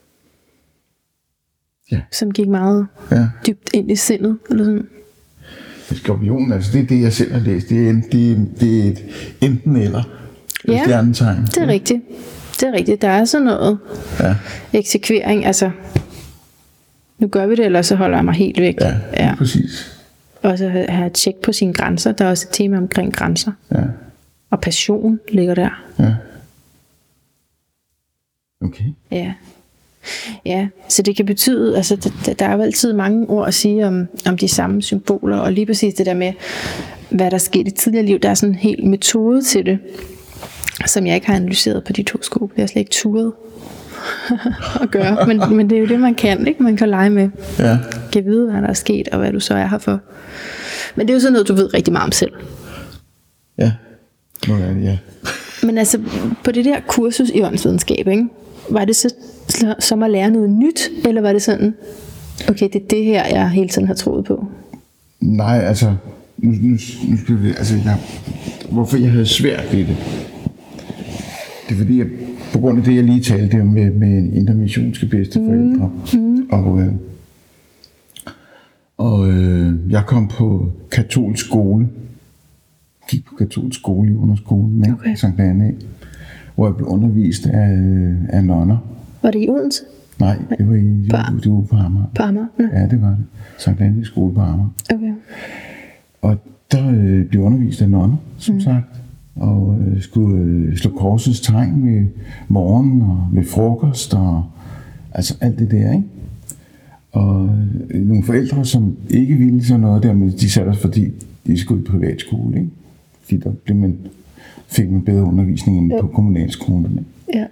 Speaker 2: Ja.
Speaker 1: Som gik meget
Speaker 2: ja.
Speaker 1: dybt ind i sindet, eller sådan.
Speaker 2: Skorpionen, altså det er det, jeg selv har læst. Det er, det er, det er et enten eller.
Speaker 1: Ja,
Speaker 2: stjernetegn.
Speaker 1: det er rigtigt. Det er rigtigt. Der er sådan noget
Speaker 2: ja.
Speaker 1: eksekvering. Altså, nu gør vi det, eller så holder jeg mig helt væk.
Speaker 2: Ja, ja. Præcis.
Speaker 1: Og så have et tjek på sine grænser. Der er også et tema omkring grænser.
Speaker 2: Ja.
Speaker 1: Og passion ligger der.
Speaker 2: Ja. Okay.
Speaker 1: Ja. Ja, så det kan betyde, altså der, der er jo altid mange ord at sige om, om de samme symboler, og lige præcis det der med, hvad der skete i tidligere liv, der er sådan en hel metode til det, som jeg ikke har analyseret på de to sko. Det er slet ikke turet at gøre, men, men det er jo det, man kan, ikke? Man kan lege med.
Speaker 2: Ja.
Speaker 1: Kan vide, hvad der er sket, og hvad du så er her for. Men det er jo sådan noget, du ved rigtig meget om selv.
Speaker 2: Ja, nu er det, ja.
Speaker 1: Men altså, på det der kursus i åndsvidenskab, ikke? Var det så som at lære noget nyt, eller var det sådan, okay, det er det her, jeg hele tiden har troet på?
Speaker 2: Nej, altså, nu, nu, nu skal vi, altså jeg, hvorfor jeg havde svært ved det. Det er fordi, jeg, på grund af det, jeg lige talte med, med intermissionske bedsteforældre. Mm. Mm. Og, øh, og øh, jeg kom på katolsk skole. Gik på katolsk skole i underskolen, ikke?
Speaker 1: Okay.
Speaker 2: Sankt Anna, hvor jeg blev undervist af, af nonner.
Speaker 1: Var det i Odense?
Speaker 2: Nej, det var i
Speaker 1: på,
Speaker 2: det var på Amager.
Speaker 1: På Amager?
Speaker 2: Ja, det var det. Sankt Anna skole på Amager.
Speaker 1: Okay.
Speaker 2: Og der øh, blev undervist af nonner, som mm. sagt. Og øh, skulle øh, slå korsets tegn ved morgen og ved frokost og altså alt det der, ikke? Og øh, nogle forældre, som ikke ville sådan noget der, men de satte os, fordi de skulle i privatskole, ikke? Fordi der blev man, fik man bedre undervisning end ja. på kommunalskolerne.
Speaker 1: Ja.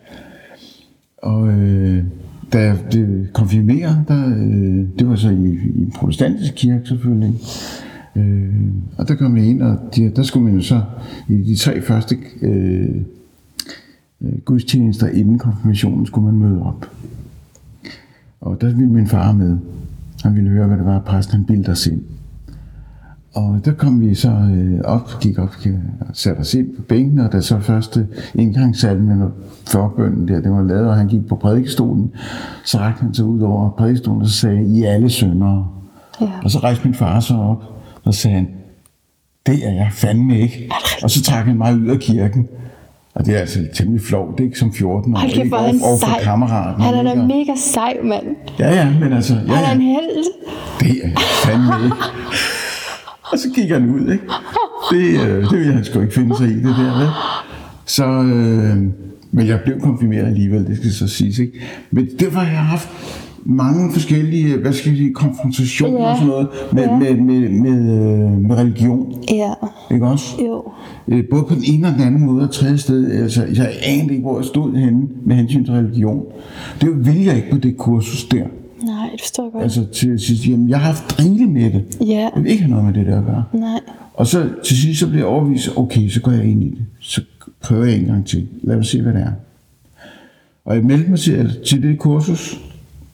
Speaker 2: Og øh, da jeg blev konfirmeret, der, øh, det var så i, i en protestantisk kirke selvfølgelig, øh, og der kom jeg ind, og de, der skulle man jo så i de tre første øh, gudstjenester inden konfirmationen skulle man møde op. Og der ville min far med. Han ville høre, hvad det var, præsten han bildte os ind. Og der kom vi så øh, op, gik op og satte os ind på bænken, og da så første indgangssalmen og forbønnen der, det var lavet, og han gik på prædikestolen, så rakte han sig ud over prædikestolen, og så sagde, I alle syndere. Ja. Og så rejste min far så op, og sagde han, det er jeg fandme ikke. Og så trak han mig ud af kirken. Og det er altså temmelig flovt, ikke? Som fjorten-årig, ikke? Over, over for kammeraten.
Speaker 1: Han er da mega sej, mand.
Speaker 2: Ja, ja, men altså... Ja,
Speaker 1: han er
Speaker 2: ja.
Speaker 1: en held.
Speaker 2: Det er jeg fandme ikke. Og så gik han ud, ikke? Det, øh, det ville han sgu ikke finde sig i, det der, vel? Så... Øh, men jeg blev konfirmeret alligevel, det skal så siges, ikke? Men derfor har jeg haft mange forskellige, hvad skal vi sige, konfrontationer ja. og sådan noget med, ja. med, med, med, med, med religion.
Speaker 1: Ja.
Speaker 2: Ikke også?
Speaker 1: Jo.
Speaker 2: Både på den ene og den anden måde og tredje sted. Altså, jeg anede ikke, hvor jeg stod henne med hensyn til religion. Det ville jeg ikke på det kursus der.
Speaker 1: Nej, det forstår jeg godt.
Speaker 2: Altså til sidst, jamen, jeg har haft rigeligt med det.
Speaker 1: Ja.
Speaker 2: Jeg vil ikke have noget med det der at gøre.
Speaker 1: Nej.
Speaker 2: Og så til sidst så bliver jeg overbevist, okay, så går jeg ind i det. Så prøver jeg en gang til. Lad os se, hvad det er. Og jeg meldte mig til, til det kursus.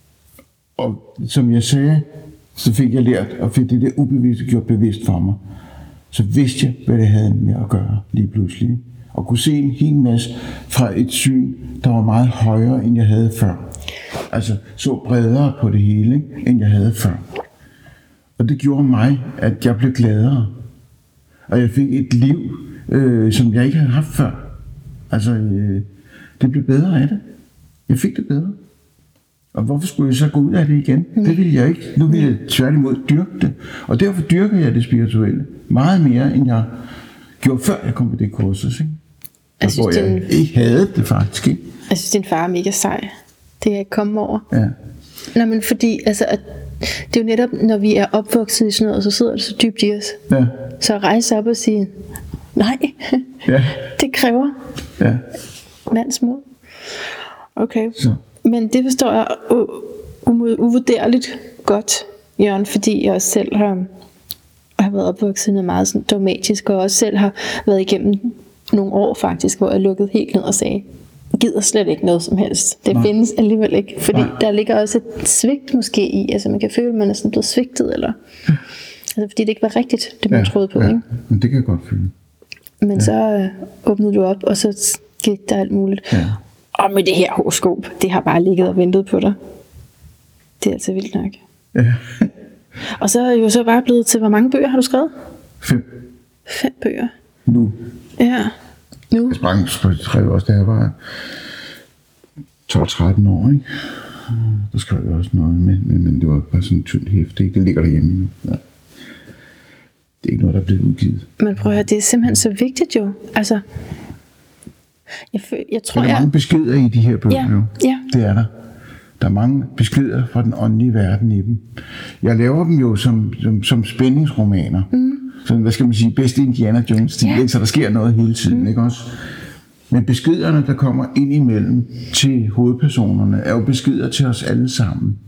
Speaker 2: Og som jeg sagde, så fik jeg lært, og fik det der ubevidste gjort bevidst for mig. Så vidste jeg, hvad det havde med at gøre lige pludselig. Og kunne se en hel masse fra et syn, der var meget højere, end jeg havde før. Altså så bredere på det hele, ikke, end jeg havde før. Og det gjorde mig, at jeg blev gladere. Og jeg fik et liv, øh, som jeg ikke havde haft før. Altså, øh, det blev bedre af det. Jeg fik det bedre. Og hvorfor skulle jeg så gå ud af det igen? Mm. Det ville jeg ikke. Nu ville jeg tværtimod dyrke det. Og derfor dyrker jeg det spirituelle meget mere, end jeg gjorde før jeg kom på det kursus. Ikke? Jeg synes, hvor jeg din... ikke havde det faktisk. Ikke?
Speaker 1: Jeg synes, din far er mega sej. Det kan jeg ikke komme over.
Speaker 2: Ja.
Speaker 1: Nå, men fordi, altså, at det er jo netop, når vi er opvokset i sådan noget, så sidder det så dybt i os.
Speaker 2: Ja.
Speaker 1: Så rejse op og sige, nej,
Speaker 2: ja.
Speaker 1: det kræver
Speaker 2: ja.
Speaker 1: mandsmod. Okay.
Speaker 2: Så.
Speaker 1: Men det forstår jeg uvurderligt godt, Jørgen, fordi jeg også selv har, har været opvokset noget meget sådan dogmatisk, og også selv har været igennem nogle år faktisk, hvor jeg lukkede helt ned og sagde, gider slet ikke noget som helst. Det Nej. findes alligevel ikke, fordi Nej. der ligger også et svigt måske i, altså man kan føle, at man er sådan blevet svigtet, eller altså fordi det ikke var rigtigt, det man ja, troede på,
Speaker 2: ja.
Speaker 1: ikke?
Speaker 2: Men det kan jeg godt føle.
Speaker 1: Men ja. så øh, åbnede du op, og så gik der alt muligt.
Speaker 2: Ja.
Speaker 1: Og med det her horoskop, det har bare ligget og ventet på dig. Det er altså vildt nok.
Speaker 2: Ja.
Speaker 1: Og så er jo så bare blevet til, hvor mange bøger har du skrevet?
Speaker 2: Fem.
Speaker 1: Fem bøger?
Speaker 2: Nu.
Speaker 1: Ja, nu.
Speaker 2: Jeg sprang skrev også, da jeg var tolv tretten år, ikke? Der skrev jeg også noget, men, men, men det var bare sådan en tynd hæft, ikke? Det ligger derhjemme nu. Ja. Det er ikke noget, der er blevet udgivet.
Speaker 1: Men prøv at høre, det er simpelthen så vigtigt jo. Altså, jeg, jeg tror,
Speaker 2: der er
Speaker 1: jeg...
Speaker 2: mange beskeder i de her bøger,
Speaker 1: ja,
Speaker 2: jo.
Speaker 1: Ja.
Speaker 2: Det er der. Der er mange beskeder fra den åndelige verden i dem. Jeg laver dem jo som, som, som spændingsromaner. Mm. Så, hvad skal man sige, bedste Indiana Jones-stil, ja. Så der sker noget hele tiden, mm. ikke også? Men beskederne, der kommer ind imellem til hovedpersonerne, er jo beskeder til os alle sammen.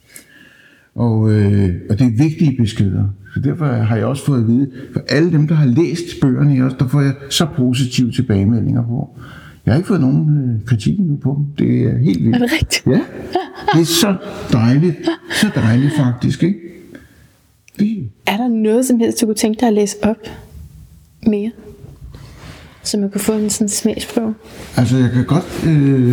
Speaker 2: Og, øh, og det er vigtige beskeder. Så derfor har jeg også fået at vide, for alle dem, der har læst bøgerne, også, der får jeg så positive tilbagemeldinger på. Jeg har ikke fået nogen øh, kritik endnu på dem. Det er helt vildt.
Speaker 1: Er det rigtigt?
Speaker 2: Ja. Det er så dejligt. Så dejligt faktisk, ikke? Vi.
Speaker 1: Er der noget som helst, du kunne tænke dig at læse op mere? Så man kunne få en sådan smagsprøve?
Speaker 2: Altså, jeg kan godt... Øh,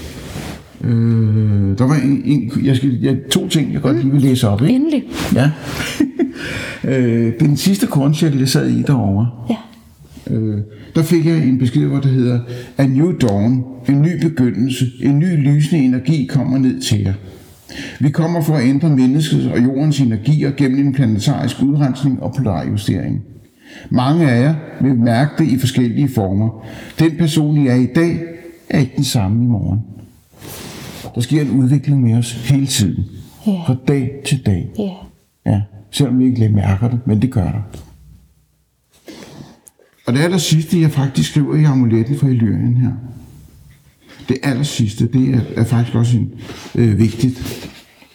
Speaker 2: øh, der var en, en jeg skal, jeg, to ting, jeg godt lige vil læse op, ikke?
Speaker 1: Endelig.
Speaker 2: Ja. øh, den sidste kornshell, jeg sad i derovre.
Speaker 1: Ja.
Speaker 2: Øh, der fik jeg en besked, hvor der hedder A New Dawn, en ny begyndelse, en ny lysende energi kommer ned til jer. Vi kommer for at ændre menneskets og jordens energier gennem en planetarisk udrensning og polarjustering. Mange af jer vil mærke det i forskellige former. Den person, I er i dag, er ikke den samme i morgen. Der sker en udvikling med os hele tiden.
Speaker 1: Yeah.
Speaker 2: Fra dag til dag.
Speaker 1: Yeah.
Speaker 2: Ja, selvom vi ikke lige mærker det, men det gør der. Og det aller sidste, jeg faktisk skriver i amuletten for Illyrien her. Det aller sidste, det er, er faktisk også en, øh, vigtigt.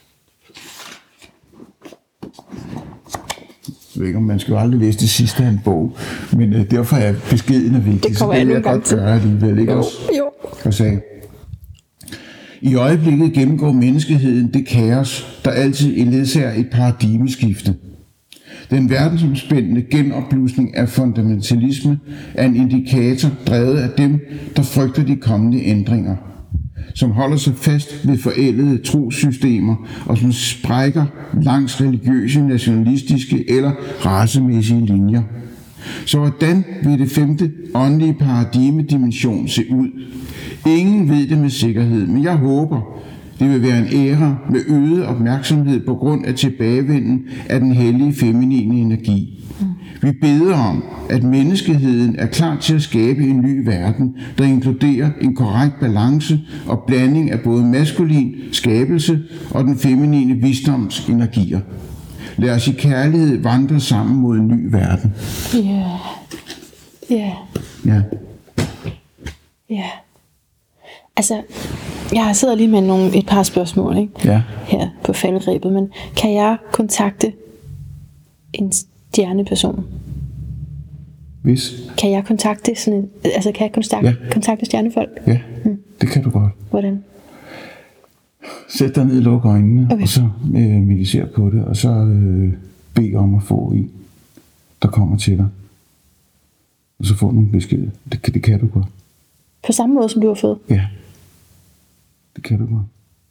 Speaker 2: Jeg ved ikke, om man skal jo aldrig læse det sidste af en bog, men øh, derfor er beskeden er vigtig,
Speaker 1: det
Speaker 2: så det vil jeg godt gøre alligevel, ikke
Speaker 1: jo,
Speaker 2: også?
Speaker 1: Jo.
Speaker 2: Og sagde, i øjeblikket gennemgår menneskeheden det kaos, der altid ledsager et paradigmeskifte. Den verdensomspændende genopblusning af fundamentalisme er en indikator drevet af dem, der frygter de kommende ændringer, som holder sig fast ved forældede trosystemer og som sprækker langs religiøse, nationalistiske eller racemæssige linjer. Så hvordan vil det femte åndelige paradigmedimension se ud? Ingen ved det med sikkerhed, men jeg håber, det vil være en æra med øget opmærksomhed på grund af tilbagevenden af den hellige feminine energi. Vi beder om, at menneskeheden er klar til at skabe en ny verden, der inkluderer en korrekt balance og blanding af både maskulin skabelse og den feminine visdoms energier. Lad os i kærlighed vandre sammen mod en ny verden.
Speaker 1: Ja. Ja.
Speaker 2: Ja.
Speaker 1: Ja. Altså, jeg sidder lige med nogle, et par spørgsmål, ikke?
Speaker 2: Ja.
Speaker 1: Her på faldrebet, men kan jeg kontakte en stjerneperson?
Speaker 2: Hvis?
Speaker 1: Kan jeg kontakte sådan en, altså kan jeg kontakte, ja. kontakte stjernefolk?
Speaker 2: Ja, hmm. det kan du godt.
Speaker 1: Hvordan?
Speaker 2: Sæt dig ned, luk øjnene,
Speaker 1: okay.
Speaker 2: og så øh, meditere på det, og så øh, bed om at få en, der kommer til dig. Og så får du nogle beskeder. Det, det kan du godt.
Speaker 1: På samme måde, som du har fået?
Speaker 2: Ja, det kan du godt.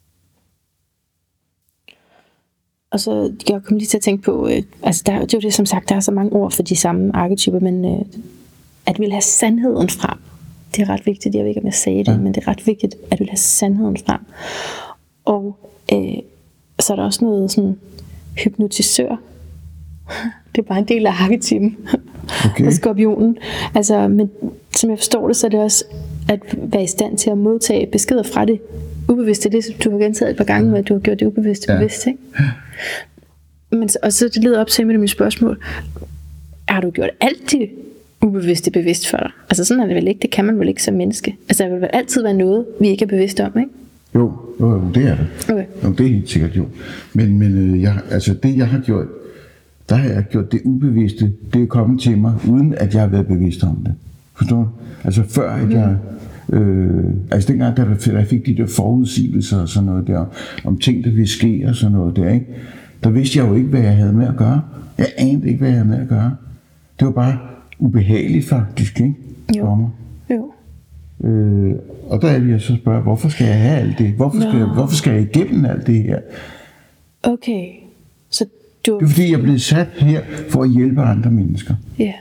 Speaker 1: Og så jeg kom lige til at tænke på, øh, altså der, det er jo det, som sagt, der er så mange ord for de samme arketyper, men øh, at vi vil have sandheden frem. Det er ret vigtigt, jeg ved ikke, om jeg sagde det, ja. Men det er ret vigtigt, at vi vil have sandheden frem. Og øh, så er der også noget sådan hypnotisør. Det er bare en del af arketypen. Okay. Og skorpionen. Altså, men som jeg forstår det, så er det også at være i stand til at modtage beskeder fra det ubevidste. Det, du har gentaget et par gange, med at du har gjort det ubevidste ja. bevidst, ikke? Men, og så det leder op til med mit spørgsmål. Har du gjort alt det ubevidste bevidst for dig? Altså sådan er det vel ikke. Det kan man vel ikke som menneske. Altså der vil vel altid være noget, vi ikke er bevidste om, ikke?
Speaker 2: Jo, jo, jo det er det.
Speaker 1: Okay.
Speaker 2: Jo, det er helt sikkert jo. Men, men jeg, altså det jeg har gjort, der har jeg gjort det ubevidste. Det er kommet til mig, uden at jeg har været bevidst om det. Forstår du? Altså før at jeg... Øh, altså dengang, da jeg fik de der forudsigelser og sådan noget der, om ting, der ville ske og sådan noget der, ikke? Der vidste jeg jo ikke, hvad jeg havde med at gøre. Jeg anede ikke, hvad jeg havde med at gøre. Det var bare ubehageligt faktisk, ikke?
Speaker 1: Jo.
Speaker 2: For mig.
Speaker 1: Jo.
Speaker 2: Øh, og der er det, jeg så spørger, hvorfor skal jeg have alt det? Hvorfor skal, jeg, hvorfor skal jeg igennem alt det her?
Speaker 1: Okay. Så du...
Speaker 2: Det er fordi, jeg er blevet sat her for at hjælpe andre mennesker.
Speaker 1: Ja. Yeah.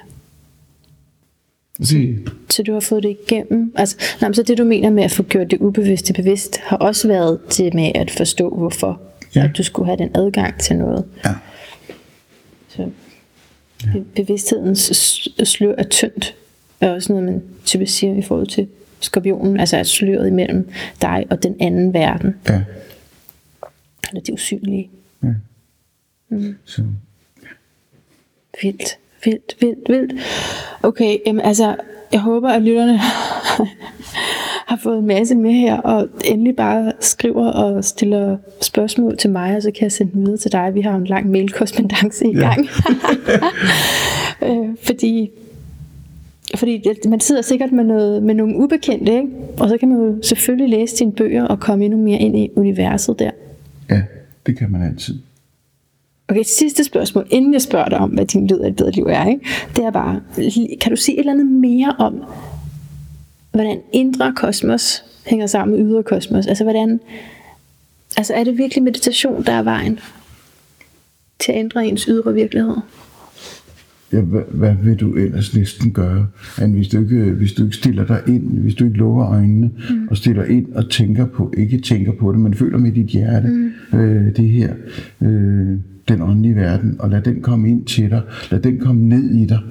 Speaker 1: Så, så du har fået det igennem. Altså, nej, så det du mener med at få gjort det ubevidste bevidst, har også været det med at forstå, hvorfor ja. At du skulle have den adgang til noget.
Speaker 2: Ja.
Speaker 1: Så ja. Bevidsthedens slør er tyndt, er også noget, man typisk siger i forhold til skorpionen, altså at sløret imellem dig og den anden verden.
Speaker 2: Ja.
Speaker 1: Eller det usynlige.
Speaker 2: Ja.
Speaker 1: Mm.
Speaker 2: Så.
Speaker 1: Vildt. Vildt, vildt, vildt. Okay, jamen, altså, jeg håber, at lytterne har fået en masse med her, og endelig bare skriver og stiller spørgsmål til mig, og så kan jeg sende dem videre til dig. Vi har jo en lang mailkorrespondance i gang. Ja. øh, fordi fordi det, man sidder sikkert med, noget, med nogle ubekendte, ikke? Og så kan man jo selvfølgelig læse dine bøger og komme endnu mere ind i universet der.
Speaker 2: Ja, det kan man altid.
Speaker 1: Okay, sidste spørgsmål, inden jeg spørger dig om, hvad din lyd af et bedre liv er, ikke? Det er bare, kan du sige et eller andet mere om, hvordan indre kosmos hænger sammen med ydre kosmos? Altså, hvordan, altså er det virkelig meditation, der er vejen til at ændre ens ydre virkelighed?
Speaker 2: Ja, hvad, hvad vil du ellers næsten gøre? Men hvis du ikke, hvis du ikke stiller dig ind, hvis du ikke lukker øjnene mm. og stiller ind og tænker på, ikke tænker på det, men føler med dit hjerte, mm. øh, det her, øh, den åndelige verden, og lad den komme ind til dig, lad den komme ned i dig.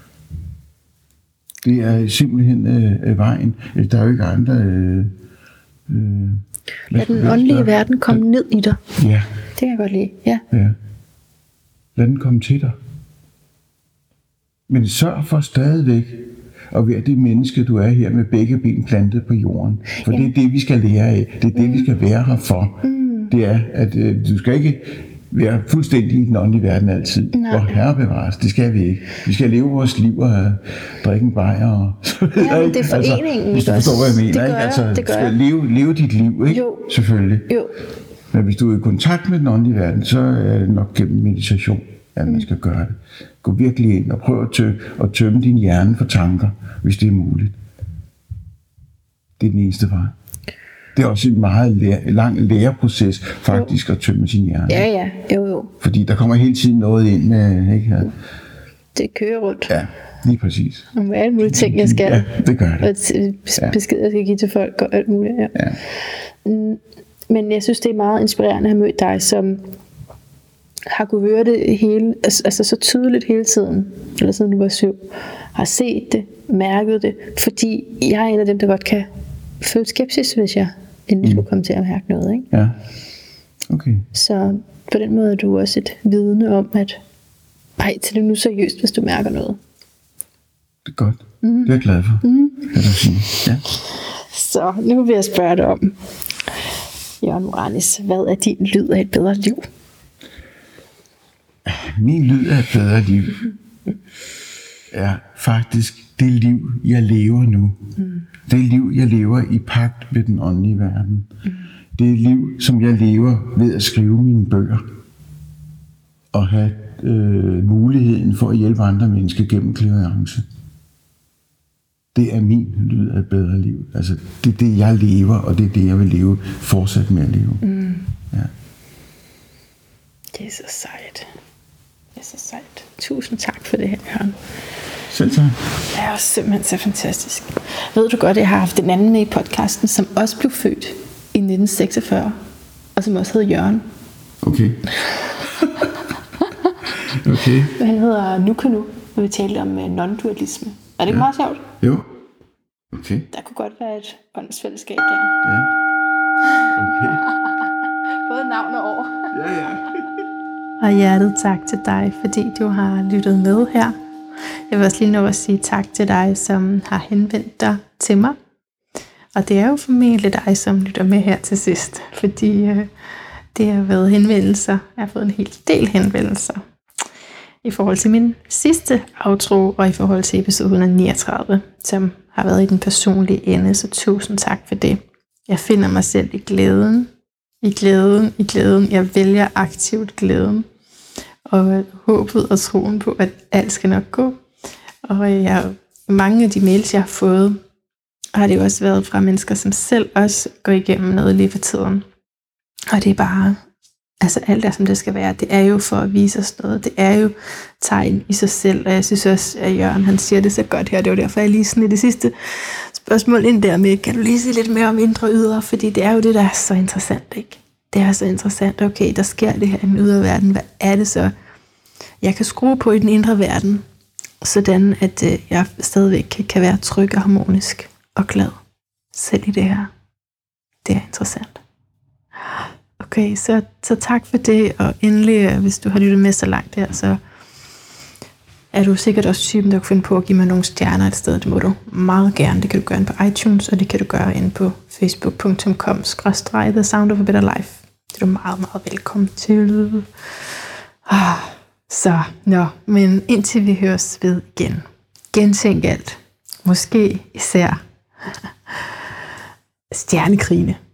Speaker 2: Det er simpelthen øh, vejen. Der er jo ikke andre... Øh, øh,
Speaker 1: lad den åndelige der, verden komme der, ned i dig.
Speaker 2: Ja.
Speaker 1: Det kan jeg godt lide, ja.
Speaker 2: ja. Lad den komme til dig. Men sørg for stadigvæk at være det menneske, du er her med begge ben plantet på jorden. For ja. det er det, vi skal lære af. Det er det, mm. vi skal være her for. Mm. Det er, at øh, du skal ikke være fuldstændig i den åndelige verden altid. Nej. Og herre bevares, det skal vi ikke. Vi skal leve vores liv og uh, drikke en bajer. Og
Speaker 1: ja, men det er foreningen.
Speaker 2: Altså, hvis du forstår, hvad jeg mener.
Speaker 1: Det gør jeg,
Speaker 2: altså,
Speaker 1: det gør
Speaker 2: du skal leve, leve dit liv, ikke?
Speaker 1: Jo.
Speaker 2: Selvfølgelig.
Speaker 1: Jo.
Speaker 2: Men hvis du er i kontakt med den åndelige verden, så er det nok gennem meditation, at man skal gøre det. Gå virkelig ind og prøv at, tø- at tømme din hjerne for tanker, hvis det er muligt. Det er den eneste vej. Det er også en meget lære, lang læreproces, faktisk, jo. At tømme sin hjerne.
Speaker 1: Ja, ja. Jo, jo.
Speaker 2: Fordi der kommer hele tiden noget ind med, ikke?
Speaker 1: Det kører rundt.
Speaker 2: Ja, lige præcis.
Speaker 1: Og med alle mulige ting, jeg skal.
Speaker 2: Ja, det gør det.
Speaker 1: Og besked, jeg skal give til folk og alt muligt. Ja.
Speaker 2: Ja.
Speaker 1: Men jeg synes, det er meget inspirerende at have mødt dig, som har kunne høre det hele, altså så tydeligt hele tiden, eller siden du var syv, har set det, mærket det, fordi jeg er en af dem, der godt kan føle skepsis, hvis jeg endelig mm. skulle komme til at mærke noget, ikke?
Speaker 2: Ja, okay.
Speaker 1: Så på den måde er du også et vidne om, at ej, tag det nu seriøst, hvis du mærker noget.
Speaker 2: Det er godt.
Speaker 1: Mm.
Speaker 2: Det er jeg glad for, mm. kan du sige. Ja.
Speaker 1: Så nu vil jeg spørge dig om, Jørgen Moranis, hvad er din lyd af et bedre liv?
Speaker 2: Min lyd af et bedre liv er faktisk det liv, jeg lever nu. Mm. Det liv, jeg lever i pagt med den åndelige verden. Mm. Det er liv, som jeg lever ved at skrive mine bøger. Og have øh, muligheden for at hjælpe andre mennesker gennem clairvoyance. Det er min lyd af et bedre liv. Altså, det er det, jeg lever, og det er det, jeg vil leve, fortsat med at leve. Mm. Ja.
Speaker 1: Det er så sejt. Det er så sejt. Tusind tak for det her, Jørgen.
Speaker 2: Selv tak.
Speaker 1: Det er også simpelthen så fantastisk. Ved du godt, at jeg har haft en anden med i podcasten, som også blev født i nitten seksogfyrre, og som også hed Jørgen.
Speaker 2: Okay. Okay.
Speaker 1: Han hedder Nukunu, når vi talte om non-dualisme. Er det ikke ja. meget sjovt?
Speaker 2: Jo. Okay.
Speaker 1: Der kunne godt være et åndsfællesskab der.
Speaker 2: Ja. Okay.
Speaker 1: Både navn og år.
Speaker 2: Ja, ja.
Speaker 1: Og hjertet tak til dig, fordi du har lyttet med her. Jeg vil også lige nå at sige tak til dig, som har henvendt dig til mig. Og det er jo formentlig dig, som lytter med her til sidst, fordi øh, det har været henvendelser. Jeg har fået en hel del henvendelser i forhold til min sidste outro, og i forhold til episode et hundrede og niogtredive, som har været i den personlige ende, så tusind tak for det. Jeg finder mig selv i glæden, i glæden, i glæden. Jeg vælger aktivt glæden, og håbet og troen på, at alt skal nok gå. Og jeg, mange af de mails, jeg har fået, har det jo også været fra mennesker, som selv også går igennem noget lige for tiden. Og det er bare, altså alt er som det skal være. Det er jo for at vise os noget. Det er jo tegn i sig selv. Og jeg synes også, at Jørgen, han siger det så godt her. Det var derfor, jeg lige sådan i det sidste spørgsmål ind der med, kan du lige sige lidt mere om indre og ydre? Fordi det er jo det, der er så interessant, ikke? Det er så interessant. Okay, der sker det her i den ydre verden. Hvad er det så, jeg kan skrue på i den indre verden, sådan at øh, jeg stadigvæk kan, kan være tryg og harmonisk og glad. Selv i det her. Det er interessant. Okay, så, så tak for det, og endelig, hvis du har lyttet med så langt her, så er du sikkert også typen, der kan finde på at give mig nogle stjerner et sted. Det må du meget gerne. Det kan du gøre inde på iTunes, og det kan du gøre inde på facebook punktum com skråstreg the sound of a better life. Det er du meget, meget velkommen til. Ah, så, nå, men indtil vi høres ved igen. Gentænk alt. Måske især stjernekrigene.